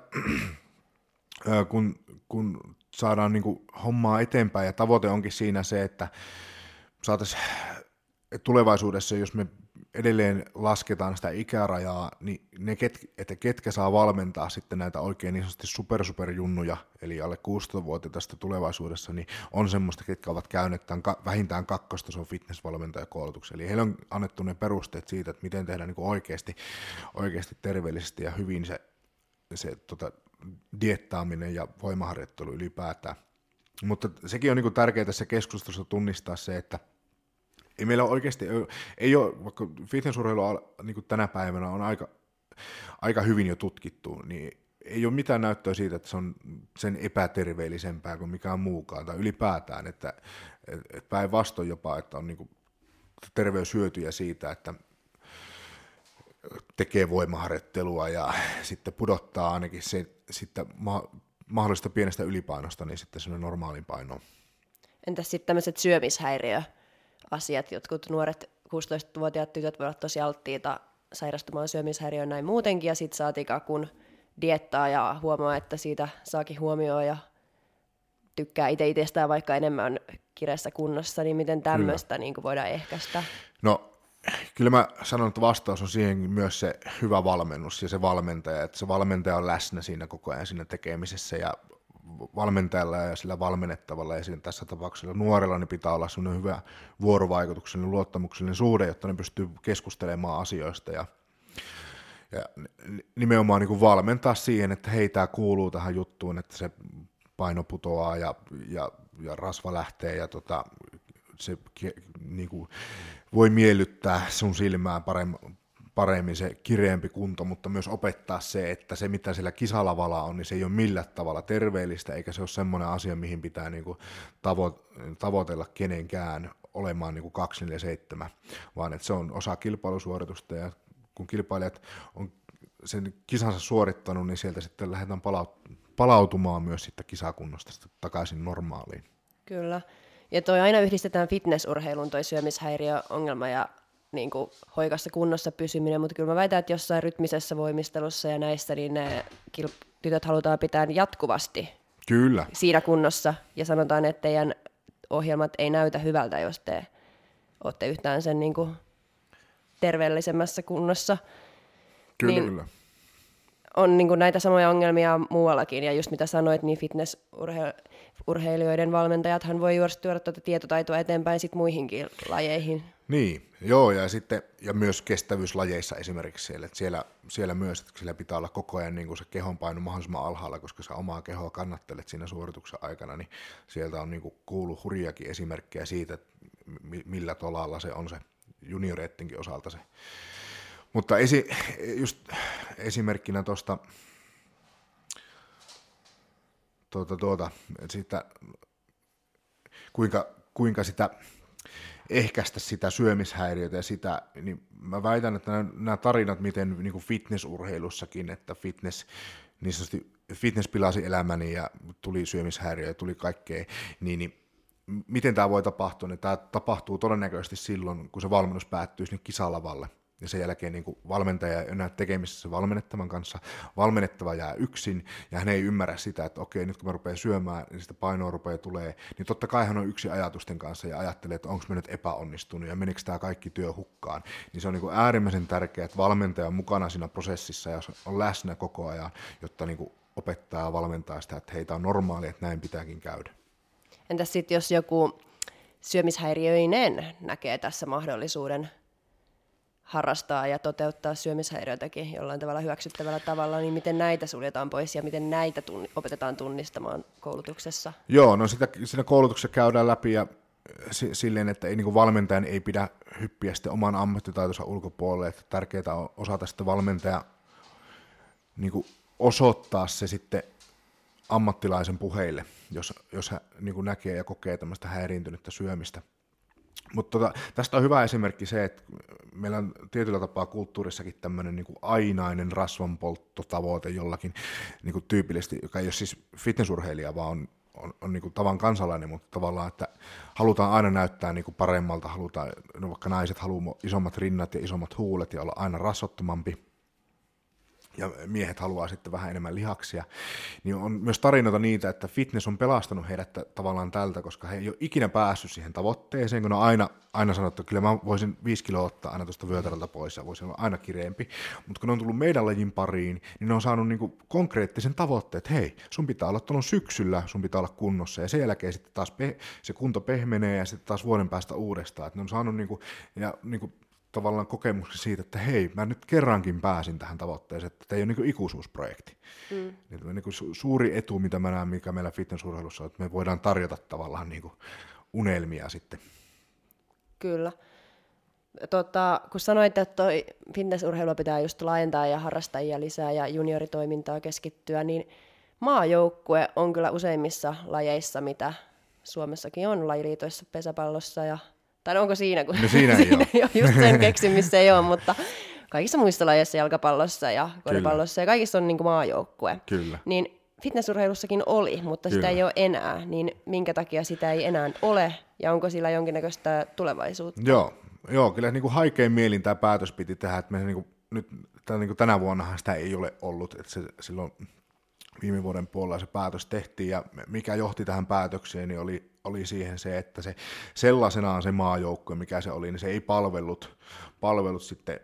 kun saadaan niin kuin hommaa eteenpäin ja tavoite onkin siinä se, että saataisiin tulevaisuudessa, jos me edelleen lasketaan sitä ikärajaa, niin että ketkä saa valmentaa sitten näitä oikein niin sanotusti superjunnuja, eli alle 16-vuotiaista tulevaisuudessa, niin on semmoista, ketkä ovat käyneet vähintään 2-tason fitnessvalmentajakoulutuksen. Eli heille on annettu ne perusteet siitä, että miten tehdään niin kuin oikeasti terveellisesti ja hyvin se diettaaminen ja voimaharjoittelu ylipäätään. Mutta sekin on niin kuin tärkeää tässä keskustelussa tunnistaa se, että ei meillä oikeasti, ei ole, vaikka fitnessurheilu niin kuin tänä päivänä on aika hyvin jo tutkittu, niin ei ole mitään näyttöä siitä, että se on sen epäterveellisempää kuin mikään muukaan, tai ylipäätään, että päinvastoin jopa, että on niinku terveyshyötyjä siitä, että tekee voimaharjoittelua ja sitten pudottaa ainakin se sitten mahdollista pienestä ylipainosta, niin sitten sinne normaaliin painoon. Entäs sitten tämmöiset syömishäiriöasiat? Jotkut nuoret 16-vuotiaat tytöt voivat olla tosi alttiita sairastumaan syömishäiriöön näin muutenkin, ja sitten saatikaan kun diettaa ja huomaa, että siitä saakin huomioon ja tykkää itsestään, vaikka enemmän on kireessä kunnossa, niin miten tämmöistä niin voidaan ehkäistä? No, kyllä mä sanon, että vastaus on siihen myös se hyvä valmennus ja se valmentaja, että se valmentaja on läsnä siinä koko ajan siinä tekemisessä, ja valmentajalla ja sillä valmennettavalla ja siinä tässä tapauksessa nuorella niin pitää olla sellainen hyvä vuorovaikutuksellinen, luottamuksellinen suhde, jotta ne pystyy keskustelemaan asioista ja nimenomaan niin kuin valmentaa siihen, että hei, tämä kuuluu tähän juttuun, että se paino putoaa ja rasva lähtee ja se niin kuin voi miellyttää sun silmää paremmin se kireempi kunto, mutta myös opettaa se, että se mitä siellä kisalavalla on, niin se ei ole millään tavalla terveellistä, eikä se ole semmoinen asia, mihin pitää niin kuin tavoitella kenenkään olemaan niin kuin 247, vaan että se on osa kilpailusuoritusta, ja kun kilpailijat on sen kisansa suorittanut, niin sieltä sitten lähdetään palautumaan myös sitten kisakunnosta sitten takaisin normaaliin. Kyllä. Ja toi aina yhdistetään fitnessurheiluun toi syömishäiriöongelma ja niin kuin hoikassa kunnossa pysyminen, mutta kyllä mä väitän, että jossain rytmisessä voimistelussa ja näissä, niin ne tytöt halutaan pitää jatkuvasti Kyllä. siinä kunnossa, ja sanotaan, että teidän ohjelmat ei näytä hyvältä, jos te olette yhtään sen niin kuin terveellisemmässä kunnossa. Kyllä, niin kyllä. On niin kuin näitä samoja ongelmia muuallakin, ja just mitä sanoit, niin fitnessurheilijoiden valmentajathan voi tuoda tuota tietotaitoa eteenpäin sit muihinkin lajeihin. Niin, joo, ja myös kestävyyslajeissa esimerkiksi siellä myös, että siellä pitää olla koko ajan niin kuin se kehonpaino mahdollisimman alhaalla, koska sä omaa kehoa kannattelet siinä suorituksen aikana, niin sieltä on niin kuin kuullut hurjakin esimerkkejä siitä, että millä tolalla se on se junioreittinkin osalta se. Mutta just esimerkkinä tuosta siitä, kuinka sitä ehkäistä sitä syömishäiriötä ja sitä, niin mä väitän, että nämä tarinat, miten niin kuin fitnessurheilussakin, että niin sanotusti fitness pilasi elämäni ja tuli syömishäiriö ja tuli kaikkea, niin miten tämä voi tapahtua, niin tämä tapahtuu todennäköisesti silloin, kun se valmennus päättyy sinne kisalavalle. Ja sen jälkeen niin kuin valmentaja ei enää tekemisissä valmennettavan kanssa, valmennettava jää yksin, ja hän ei ymmärrä sitä, että okei, nyt kun mä rupean syömään, niin sitä painoa rupeaa tulee, niin totta kai hän on yksin ajatusten kanssa ja ajattelee, että onko mä nyt epäonnistunut ja menikö tämä kaikki työ hukkaan. Niin se on niin kuin äärimmäisen tärkeää, että valmentaja on mukana siinä prosessissa ja on läsnä koko ajan, jotta niin kuin opettaa ja valmentaa sitä, että hei, tämä on normaalia, että näin pitääkin käydä. Entäs sitten, jos joku syömishäiriöinen näkee tässä mahdollisuuden harrastaa ja toteuttaa syömishäiriötäkin jollain tavalla hyväksyttävällä tavalla, niin miten näitä suljetaan pois ja miten näitä opetetaan tunnistamaan koulutuksessa? Joo, no siinä koulutuksessa käydään läpi ja silleen, että ei, niin kuin valmentajan ei pidä hyppiä sitten oman ammattitaitonsa ulkopuolelle, että tärkeää on osata sitten valmentaja niin kuin osoittaa se sitten ammattilaisen puheille, jos hän niin kuin näkee ja kokee tämmöistä häiriintynyttä syömistä. Mutta tästä on hyvä esimerkki se, että meillä on tietyllä tapaa kulttuurissakin tämmöinen niin kuin ainainen rasvanpolttotavoite jollakin niin kuin tyypillisesti, joka ei ole siis fitnessurheilija, vaan on niin kuin tavan kansalainen, mutta tavallaan, että halutaan aina näyttää niin kuin paremmalta, no vaikka naiset haluaa isommat rinnat ja isommat huulet ja olla aina rasvattomampi, ja miehet haluaa sitten vähän enemmän lihaksia, niin on myös tarinoita niitä, että fitness on pelastanut heidät tavallaan tältä, koska he ei ole ikinä päässyt siihen tavoitteeseen, kun on aina sanottu, että kyllä mä voisin 5 kiloa ottaa aina tuosta vyötäröltä pois ja voisin olla aina kireempi, mutta kun ne on tullut meidän lajin pariin, niin ne on saanut niinku konkreettisen tavoitteen, että hei, sun pitää olla tuolla syksyllä, sun pitää olla kunnossa, ja sen jälkeen sitten taas se kunto pehmenee ja sitten taas vuoden päästä uudestaan, että ne on saanut tavallaan kokemuksen siitä, että hei, mä nyt kerrankin pääsin tähän tavoitteeseen, että tämä ei ole niin kuin ikuisuusprojekti. Niin kuin suuri etu, mitä mä näen, mikä meillä fitnessurheilussa on, että me voidaan tarjota tavallaan niin kuin unelmia sitten. Kyllä. Kun sanoit, että toi fitnessurheilua pitää just laajentaa ja harrastajia lisää ja junioritoimintaa keskittyä, niin maajoukkue on kyllä useimmissa lajeissa, mitä Suomessakin on, lajiliitoissa, pesäpallossa tai onko siinä, kun no siinä ei ole. Just sen keksimissä ei ole, mutta kaikissa muissa lajeissa, jalkapallossa ja koripallossa ja kaikissa on niin kuin maajoukkue. Kyllä. Niin fitnessurheilussakin oli, mutta sitä ei ole enää, niin minkä takia sitä ei enää ole ja onko sillä jonkinnäköistä tulevaisuutta? Joo, kyllä niin kuin haikein mielin tämä päätös piti tehdä, että me niin kuin tänä vuonnahan sitä ei ole ollut, että se silloin viime vuoden puolella se päätös tehtiin, ja mikä johti tähän päätökseen, niin oli siihen se, että se sellaisenaan se maajoukkue, mikä se oli, niin se ei palvellut sitten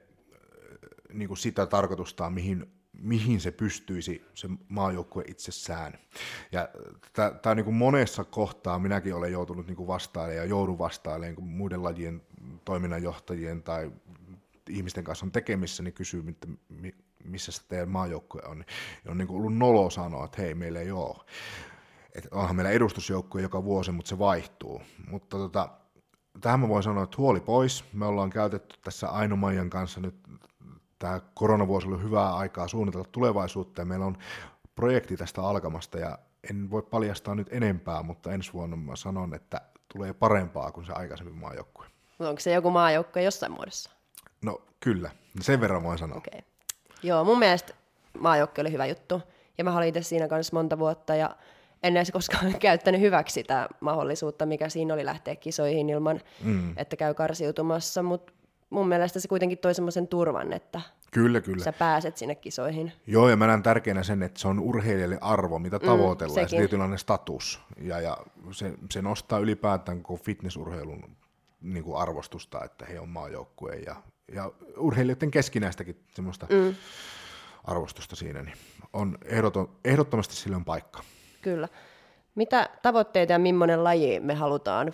niin kuin sitä tarkoitustaan, mihin se pystyisi se maajoukkue itsessään. Ja tämä niin kuin monessa kohtaa minäkin olen joutunut niin kuin vastailemaan ja joudun vastailemaan, kun muiden lajien toiminnanjohtajien tai ihmisten kanssa on tekemissä, niin kysyy, missä se teidän maajoukkue on. On niin kuin ollut nolo sanoa, että hei, meillä ei ole. Että onhan meillä edustusjoukkue joka vuosi, mutta se vaihtuu. Mutta tähän mä voin sanoa, että huoli pois. Me ollaan käytetty tässä Aino Maijan kanssa nyt tämä koronavuosi oli hyvää aikaa suunnitella tulevaisuutta, ja meillä on projekti tästä alkamasta, ja en voi paljastaa nyt enempää, mutta ensi vuonna mä sanon, että tulee parempaa kuin se aikaisemmin maajoukkue. Onko se joku maajoukkue jossain muodossa? No kyllä, sen verran voin sanoa. Okay. Joo, mun mielestä maajoukkue oli hyvä juttu, ja mä olin itse siinä kanssa monta vuotta, ja en edes koskaan käyttänyt hyväksi sitä mahdollisuutta, mikä siinä oli lähteä kisoihin ilman, että käy karsiutumassa, mutta mun mielestä se kuitenkin toi semmoisen turvan, että Kyllä. sä pääset sinne kisoihin. Joo, ja mä näen tärkeänä sen, että se on urheilijalle arvo, mitä tavoitellaan, ja se tietynlainen status, ja se nostaa ylipäätään koko fitnessurheilun niin kuin arvostusta, että he on maajoukkue, ja urheilijoiden keskinäistäkin semmoista arvostusta siinä, niin on ehdottomasti sille on paikka. Kyllä. Mitä tavoitteita ja millainen laji me halutaan?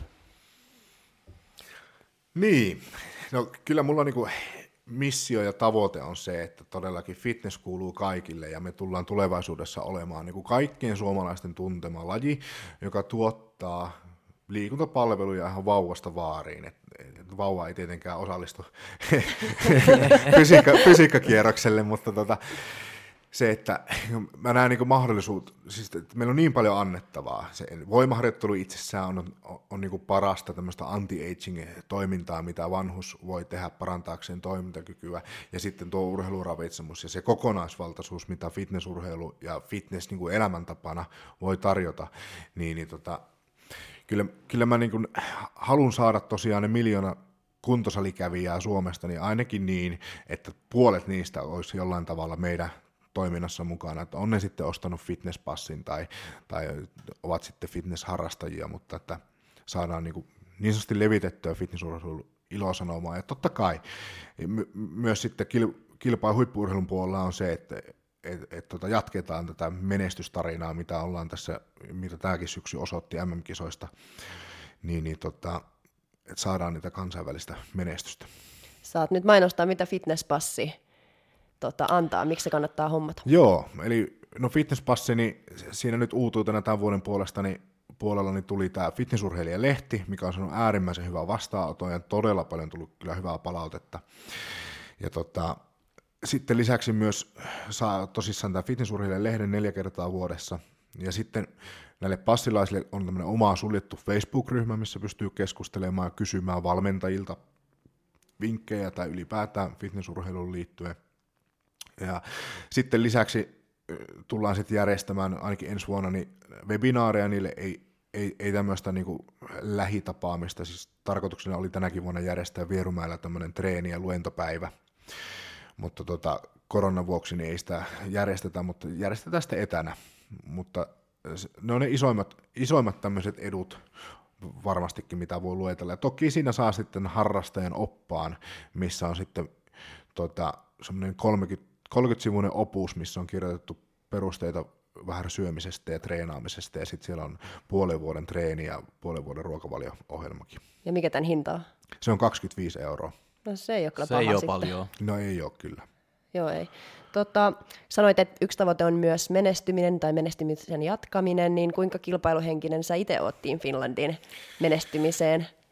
Niin, no kyllä mulla niinku missio ja tavoite on se, että todellakin fitness kuuluu kaikille, ja me tullaan tulevaisuudessa olemaan niinku kaikkien suomalaisten tuntema laji, joka tuottaa liikuntapalveluja ihan vauvasta vaariin. Vauva ei tietenkään osallistu fysiikkakierrokselle, mutta se, että mä näen niin mahdollisuutta, siis että meillä on niin paljon annettavaa. Se voimaharjoittelu itsessään on niin parasta tämmöistä anti-aging-toimintaa, mitä vanhus voi tehdä parantaakseen toimintakykyä, ja sitten tuo urheiluravitsemus ja se kokonaisvaltaisuus, mitä fitnessurheilu ja fitness niin kuin elämäntapana voi tarjota, kyllä mä niin kuin haluan saada tosiaan ne 1 miljoona kuntosalikävijää Suomesta, niin ainakin niin, että puolet niistä olisi jollain tavalla meidän toiminnassa mukana, että on ne sitten ostanut fitnesspassin tai ovat sitten fitnessharrastajia, mutta että saadaan niin sanotusti levitettyä fitnessurheilun ilosanomaa. Ja totta kai myös sitten huippu-urheilun puolella on se, että jatketaan tätä menestystarinaa, mitä tämäkin syksy osoitti MM-kisoista, että saadaan niitä kansainvälistä menestystä. Saat nyt mainostaa, mitä fitnesspassi antaa, miksi se kannattaa hommata. Joo, eli fitnesspassi, niin siinä nyt uutuutena tämän vuoden puolella niin tuli tämä fitnessurheilijalehti, mikä on sanonut äärimmäisen hyvää vastaanoton ja todella paljon tullut kyllä hyvää palautetta. Ja sitten lisäksi myös saa tosissaan tämä fitnessurheilijalehden 4 kertaa vuodessa. Ja sitten näille passilaisille on tämmöinen oma suljettu Facebook-ryhmä, missä pystyy keskustelemaan ja kysymään valmentajilta vinkkejä tai ylipäätään fitnessurheiluun liittyen. Ja sitten lisäksi tullaan sitten järjestämään ainakin ensi vuonna niin webinaareja, niille ei tämmöistä niinku lähitapaamista, siis tarkoituksena oli tänäkin vuonna järjestää Vierumäellä tämmöinen treeni- ja luentopäivä, mutta koronan vuoksi niin ei sitä järjestetä, mutta järjestetään sitten etänä, mutta ne on ne isoimmat tämmöiset edut varmastikin, mitä voi luetella, ja toki siinä saa sitten harrastajan oppaan, missä on sitten semmoinen 30-sivuinen opus, missä on kirjoitettu perusteita vähän syömisestä ja treenaamisesta, ja sitten siellä on puolen vuoden treeni ja puolen vuoden ruokavalio-ohjelmakin. Ja mikä tämän hinta on? Se on 25 €. No se ei ole kyllä se paha ei ole sitten. paljon. No ei ole kyllä. Joo, ei. Sanoit, että yksi tavoite on myös menestyminen tai menestymisen jatkaminen, niin kuinka kilpailuhenkinen sä itse oot Team Finlandin menestymiseen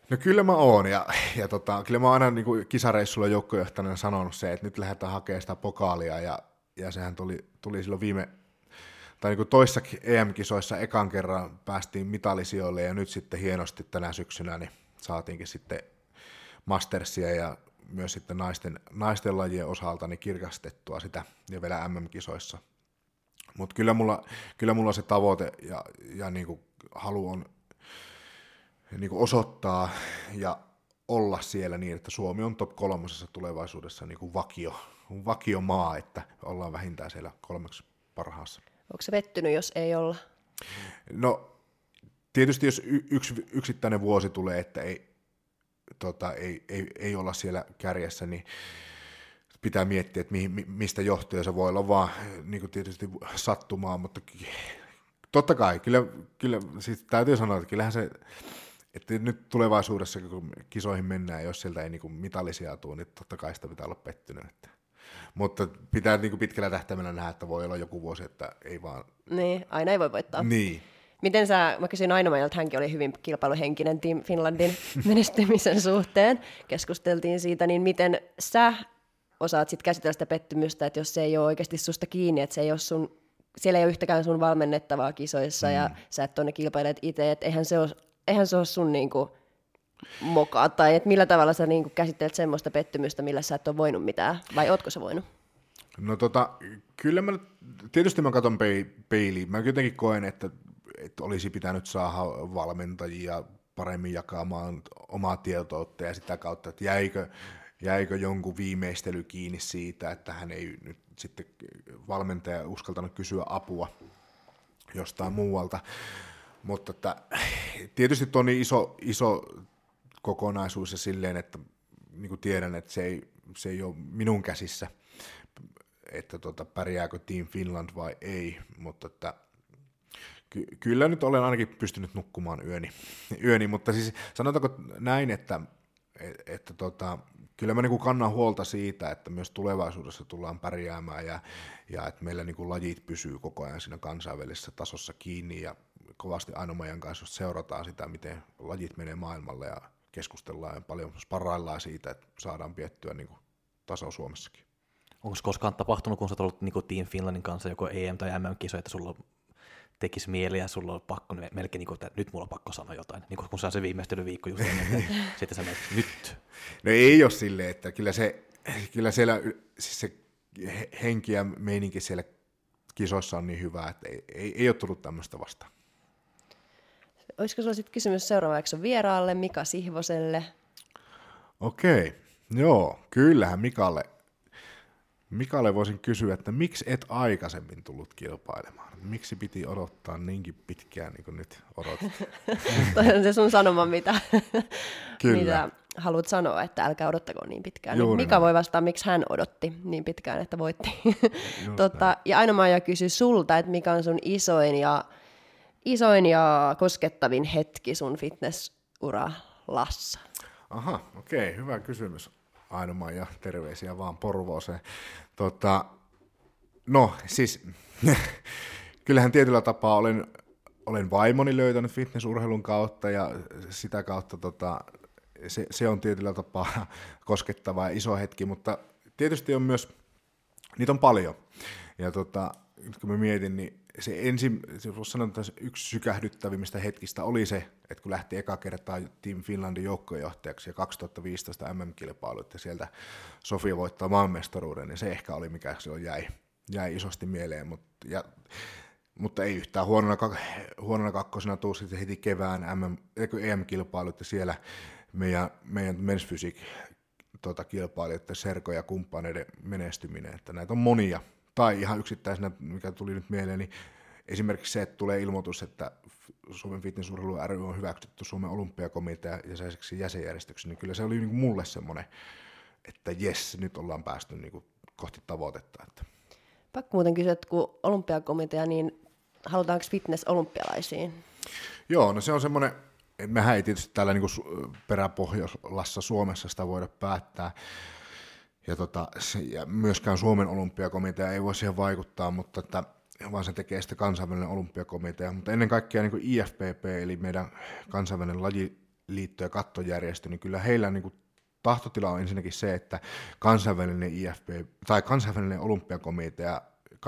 No kyllä mä oon, ja kyllä mä oon aina niin kuin kisareissulla joukkojohtajana sanonut se, että nyt lähdetään hakemaan sitä pokaalia, ja sehän tuli silloin niin kuin toissakin EM-kisoissa ekan kerran päästiin mitalisijoille, ja nyt sitten hienosti tänä syksynä niin saatiinkin sitten Mastersia ja myös sitten naisten lajien osalta niin kirkastettua sitä, ja vielä MM-kisoissa. Mutta kyllä mulla se tavoite ja niin kuin halu on niin kuin osoittaa ja olla siellä niin, että Suomi on top 3 tulevaisuudessa niin kuin vakio maa, että ollaan vähintään siellä 3 parhaassa. Onko se pettynyt, jos ei olla? No tietysti jos yksittäinen vuosi tulee, että ei olla siellä kärjessä, niin pitää miettiä, että mistä johtuu, se voi olla vaan niin kuin tietysti sattumaa, mutta totta kai, kyllä siis täytyy sanoa, että kyllähän se, että nyt tulevaisuudessa, kun kisoihin mennään, jos sieltä ei niin kuin mitallisia tule, niin totta kai sitä pitää olla pettynyt. Mutta pitää niin kuin pitkällä tähtäimellä nähdä, että voi olla joku vuosi, että ei vaan... Niin, aina ei voi voittaa. Niin. Miten mä kysyin Aino-Maijalta, hänkin oli hyvin kilpailuhenkinen Team Finlandin menestymisen suhteen, keskusteltiin siitä, niin miten sä osaat sitten käsitellä sitä pettymystä, että jos se ei ole oikeasti susta kiinni, että se ei ole siellä ei ole yhtäkään sun valmennettavaa kisoissa ja sä et tuonne kilpailet itse, että eihän se ole sun niinku mokaa, tai että millä tavalla sä niinku käsittelet semmoista pettymystä, millä sä et ole voinut mitään, vai ootko sä voinut? No kyllä tietysti mä katson peiliin. Mä jotenkin koen, että olisi pitänyt saada valmentajia paremmin jakamaan omaa tietoutta ja sitä kautta, että jäikö jonkun viimeistely kiinni siitä, että hän ei nyt sitten valmentaja uskaltanut kysyä apua jostain muualta. Mutta että, tietysti tuo on niin iso kokonaisuus ja silleen, että niin kuin tiedän, että se ei ole minun käsissä, että pärjääkö Team Finland vai ei, mutta että kyllä nyt olen ainakin pystynyt nukkumaan yöni, mutta siis sanotaanko näin, että kyllä mä niin kuin kannan huolta siitä, että myös tulevaisuudessa tullaan pärjäämään ja että meillä niin kuin lajit pysyy koko ajan siinä kansainvälisessä tasossa kiinni ja kovasti Aino-Maijan kanssa seurataan sitä, miten lajit menee maailmalle ja keskustellaan ja paljon sparraillaan siitä, että saadaan piettyä niin kuin taso Suomessakin. Onko koskaan tapahtunut, kun sä oot ollut niin kuin Team Finlandin kanssa joko EM- tai MM-kisoja, että sulla tekisi mieli ja sulla on pakko melkein, niin kuin, että nyt mulla on pakko sanoa jotain, niin kun se on se viimeistelyviikko just ennen, sitten sä menet, nyt. No ei ole silleen, että kyllä siellä siis se henki ja meininki siellä kisoissa on niin hyvä, että ei ole tullut tämmöistä vastaan. Olisiko sulla sitten kysymys seuraavaksi vieraalle, Mika Sihvoselle? Okei, joo, kyllähän Mikalle voisin kysyä, että miksi et aikaisemmin tullut kilpailemaan? Miksi piti odottaa niinkin pitkään, niin kuin nyt odotit? Toi on se sun sanoma, mitä haluat sanoa, että älkää odottako niin pitkään. Niin Mika voi vastata, miksi hän odotti niin pitkään, että voitti. Ja Aino-Maija kysyi sulta, että mikä on sun isoin ja koskettavin hetki sun fitnessuralassa? Aha, okei, hyvä kysymys. Aino-Maija, terveisiä vaan Porvooseen. No siis, kyllähän tietyllä tapaa olen vaimoni löytänyt fitnessurheilun kautta ja sitä kautta se on tietyllä tapaa koskettava ja iso hetki, mutta tietysti on myös, niitä on paljon. Ja nyt kun mä mietin, niin se voisi sanoa, että yksi sykähdyttävimmistä hetkistä oli se, että kun lähti eka kertaa Team Finlandin joukkojohtajaksi ja 2015 MM-kilpailut ja sieltä Sofia voittaa maanmestaruuden, niin se ehkä oli mikä silloin jäi isosti mieleen, mutta ei yhtään huonona kakkosena tuu sitten heti kevään EM-kilpailut ja siellä meidän Men's Physique kilpailijoiden Serko ja kumppaneiden menestyminen, että näitä on monia. Tai ihan yksittäisenä, mikä tuli nyt mieleen, niin esimerkiksi se, että tulee ilmoitus, että Suomen fitnessurheilu ry on hyväksytty Suomen olympiakomitea ja jäsenjärjestöksi, niin kyllä se oli niin kuin mulle semmoinen, että jes, nyt ollaan päästy niin kuin kohti tavoitetta. Että. Pakko muuten kysyä, että kun olympiakomitea, niin halutaanko fitness olympialaisiin? Joo, no se on semmoinen, että mehän ei tietysti täällä niin kuin peräpohjolassa Suomessa sitä voida päättää, ja myöskään Suomen olympiakomitea ei voi siihen vaikuttaa, mutta vaan se tekee sitten kansainvälinen olympiakomitea. Mutta ennen kaikkea niin kuin IFPP, eli meidän kansainvälinen liitto ja kattojärjestö, niin kyllä heillä niin kuin tahtotila on ensinnäkin se, että kansainvälinen IFB tai kansainvälinen olympiakomitea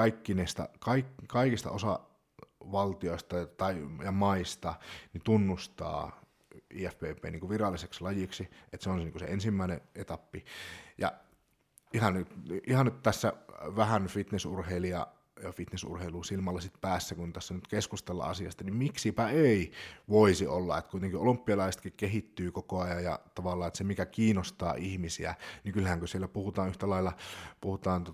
kaikista osavaltioista ja maista niin tunnustaa IFBB niin kuin viralliseksi lajiksi, että se on niin kuin se ensimmäinen etappi. Ja ihan nyt tässä vähän fitnessurheilija ja fitnessurheilun silmällä sit päässä, kun tässä nyt keskustellaan asiasta, niin miksipä ei voisi olla, että kuitenkin olympialaisetkin kehittyy koko ajan ja tavallaan, että se mikä kiinnostaa ihmisiä, niin kyllähän kun siellä puhutaan yhtä lailla, puhutaan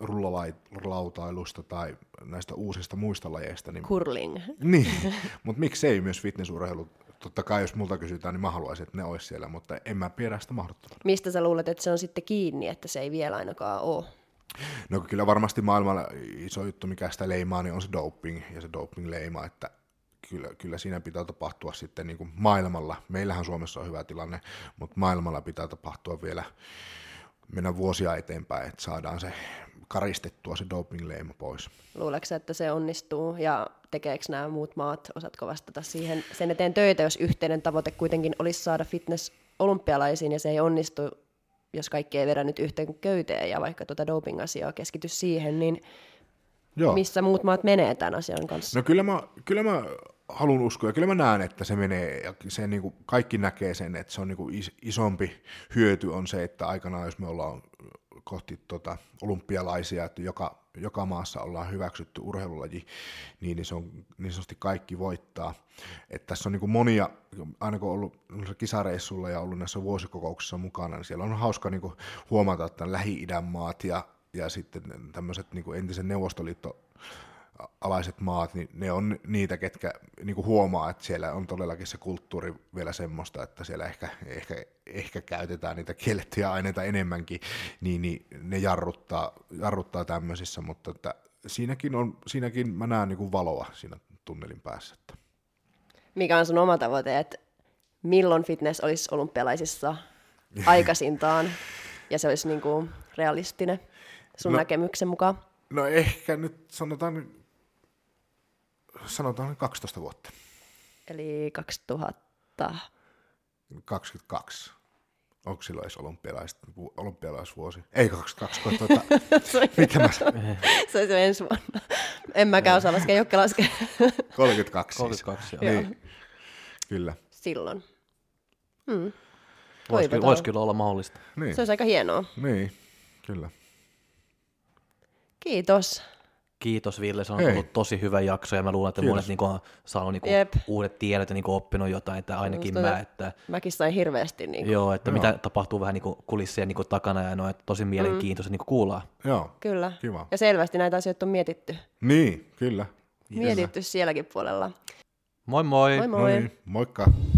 rullalautailusta tai näistä uusista muista lajeista. Niin, curling. Niin, mutta miksei myös fitnessurheilu. Totta kai jos multa kysytään, niin mä haluaisin, että ne olisi siellä, mutta en mä pidä sitä mahdottomana. Mistä sä luulet, että se on sitten kiinni, että se ei vielä ainakaan ole? No kyllä varmasti maailmalla iso juttu, mikä sitä leimaa, niin on se doping ja se doping-leima, että kyllä siinä pitää tapahtua sitten niin kuin maailmalla. Meillähän Suomessa on hyvä tilanne, mutta maailmalla pitää tapahtua vielä, mennä vuosia eteenpäin, että saadaan se karistettua se doping-leima pois. Luuleeko sä, että se onnistuu ja tekeekö nämä muut maat, osaatko vastata siihen sen eteen töitä, jos yhteinen tavoite kuitenkin olisi saada fitness olympialaisiin ja se ei onnistu, jos kaikki ei vedä nyt yhteen köyteen ja vaikka tuota doping-asiaa keskity siihen, niin joo. Missä muut maat menee tämän asian kanssa? No kyllä mä haluan uskoa ja kyllä mä näen, että se menee ja se niin kuin kaikki näkee sen, että se on niin kuin isompi hyöty on se, että aikanaan jos me ollaan kohti olympialaisia, että joka maassa ollaan hyväksytty urheilulaji, niin se on niin sanotusti kaikki voittaa. Että tässä on niin kuin monia, aina kun on ollut kisareissulla ja ollut näissä vuosikokouksissa mukana, niin siellä on hauska niin kuin huomata, että Lähi-idän maat ja sitten tämmöiset niin kuin entisen Neuvostoliitto alaiset maat, niin ne on niitä, ketkä niin kuin huomaa, että siellä on todellakin se kulttuuri vielä semmoista, että siellä ehkä käytetään niitä kiellettyjä aineita enemmänkin, niin ne jarruttaa tämmöisissä, mutta että siinäkin mä näen niin kuin valoa siinä tunnelin päässä. Että. Mikä on sun oma tavoite, että milloin fitness olisi olympialaisissa aikaisintaan ja se olisi niin kuin realistinen sun näkemyksen mukaan? No ehkä nyt sanotaan 12 vuotta. Eli 2022. Onko silloin edes olympialaisvuosi? Ei 22. Mitä mä sanon? Se olisi ensi vuonna. En mäkään osaa laskea, Jokke laskee. 32 siis. 32, niin. Kyllä. Silloin. Voisi kyllä olla mahdollista. Niin. Se olisi aika hienoa. Niin, kyllä. Kiitos. Kiitos Ville, se on ollut tosi hyvä jakso ja mä luulen, että monet niinku on saanut niinku uudet tiedot ja niinku oppinut jotain, että ainakin mä. Että, mäkin sain hirveästi. Niinku. Joo, että mitä tapahtuu vähän niinku kulissien niinku takana ja no, että tosi mielenkiintoista niinku kuullaan. Joo, kyllä. Kiva. Ja selvästi näitä asioita on mietitty. Niin, kyllä. Mietitty sielläkin puolella. Moi moi! Moi moi! Moikka!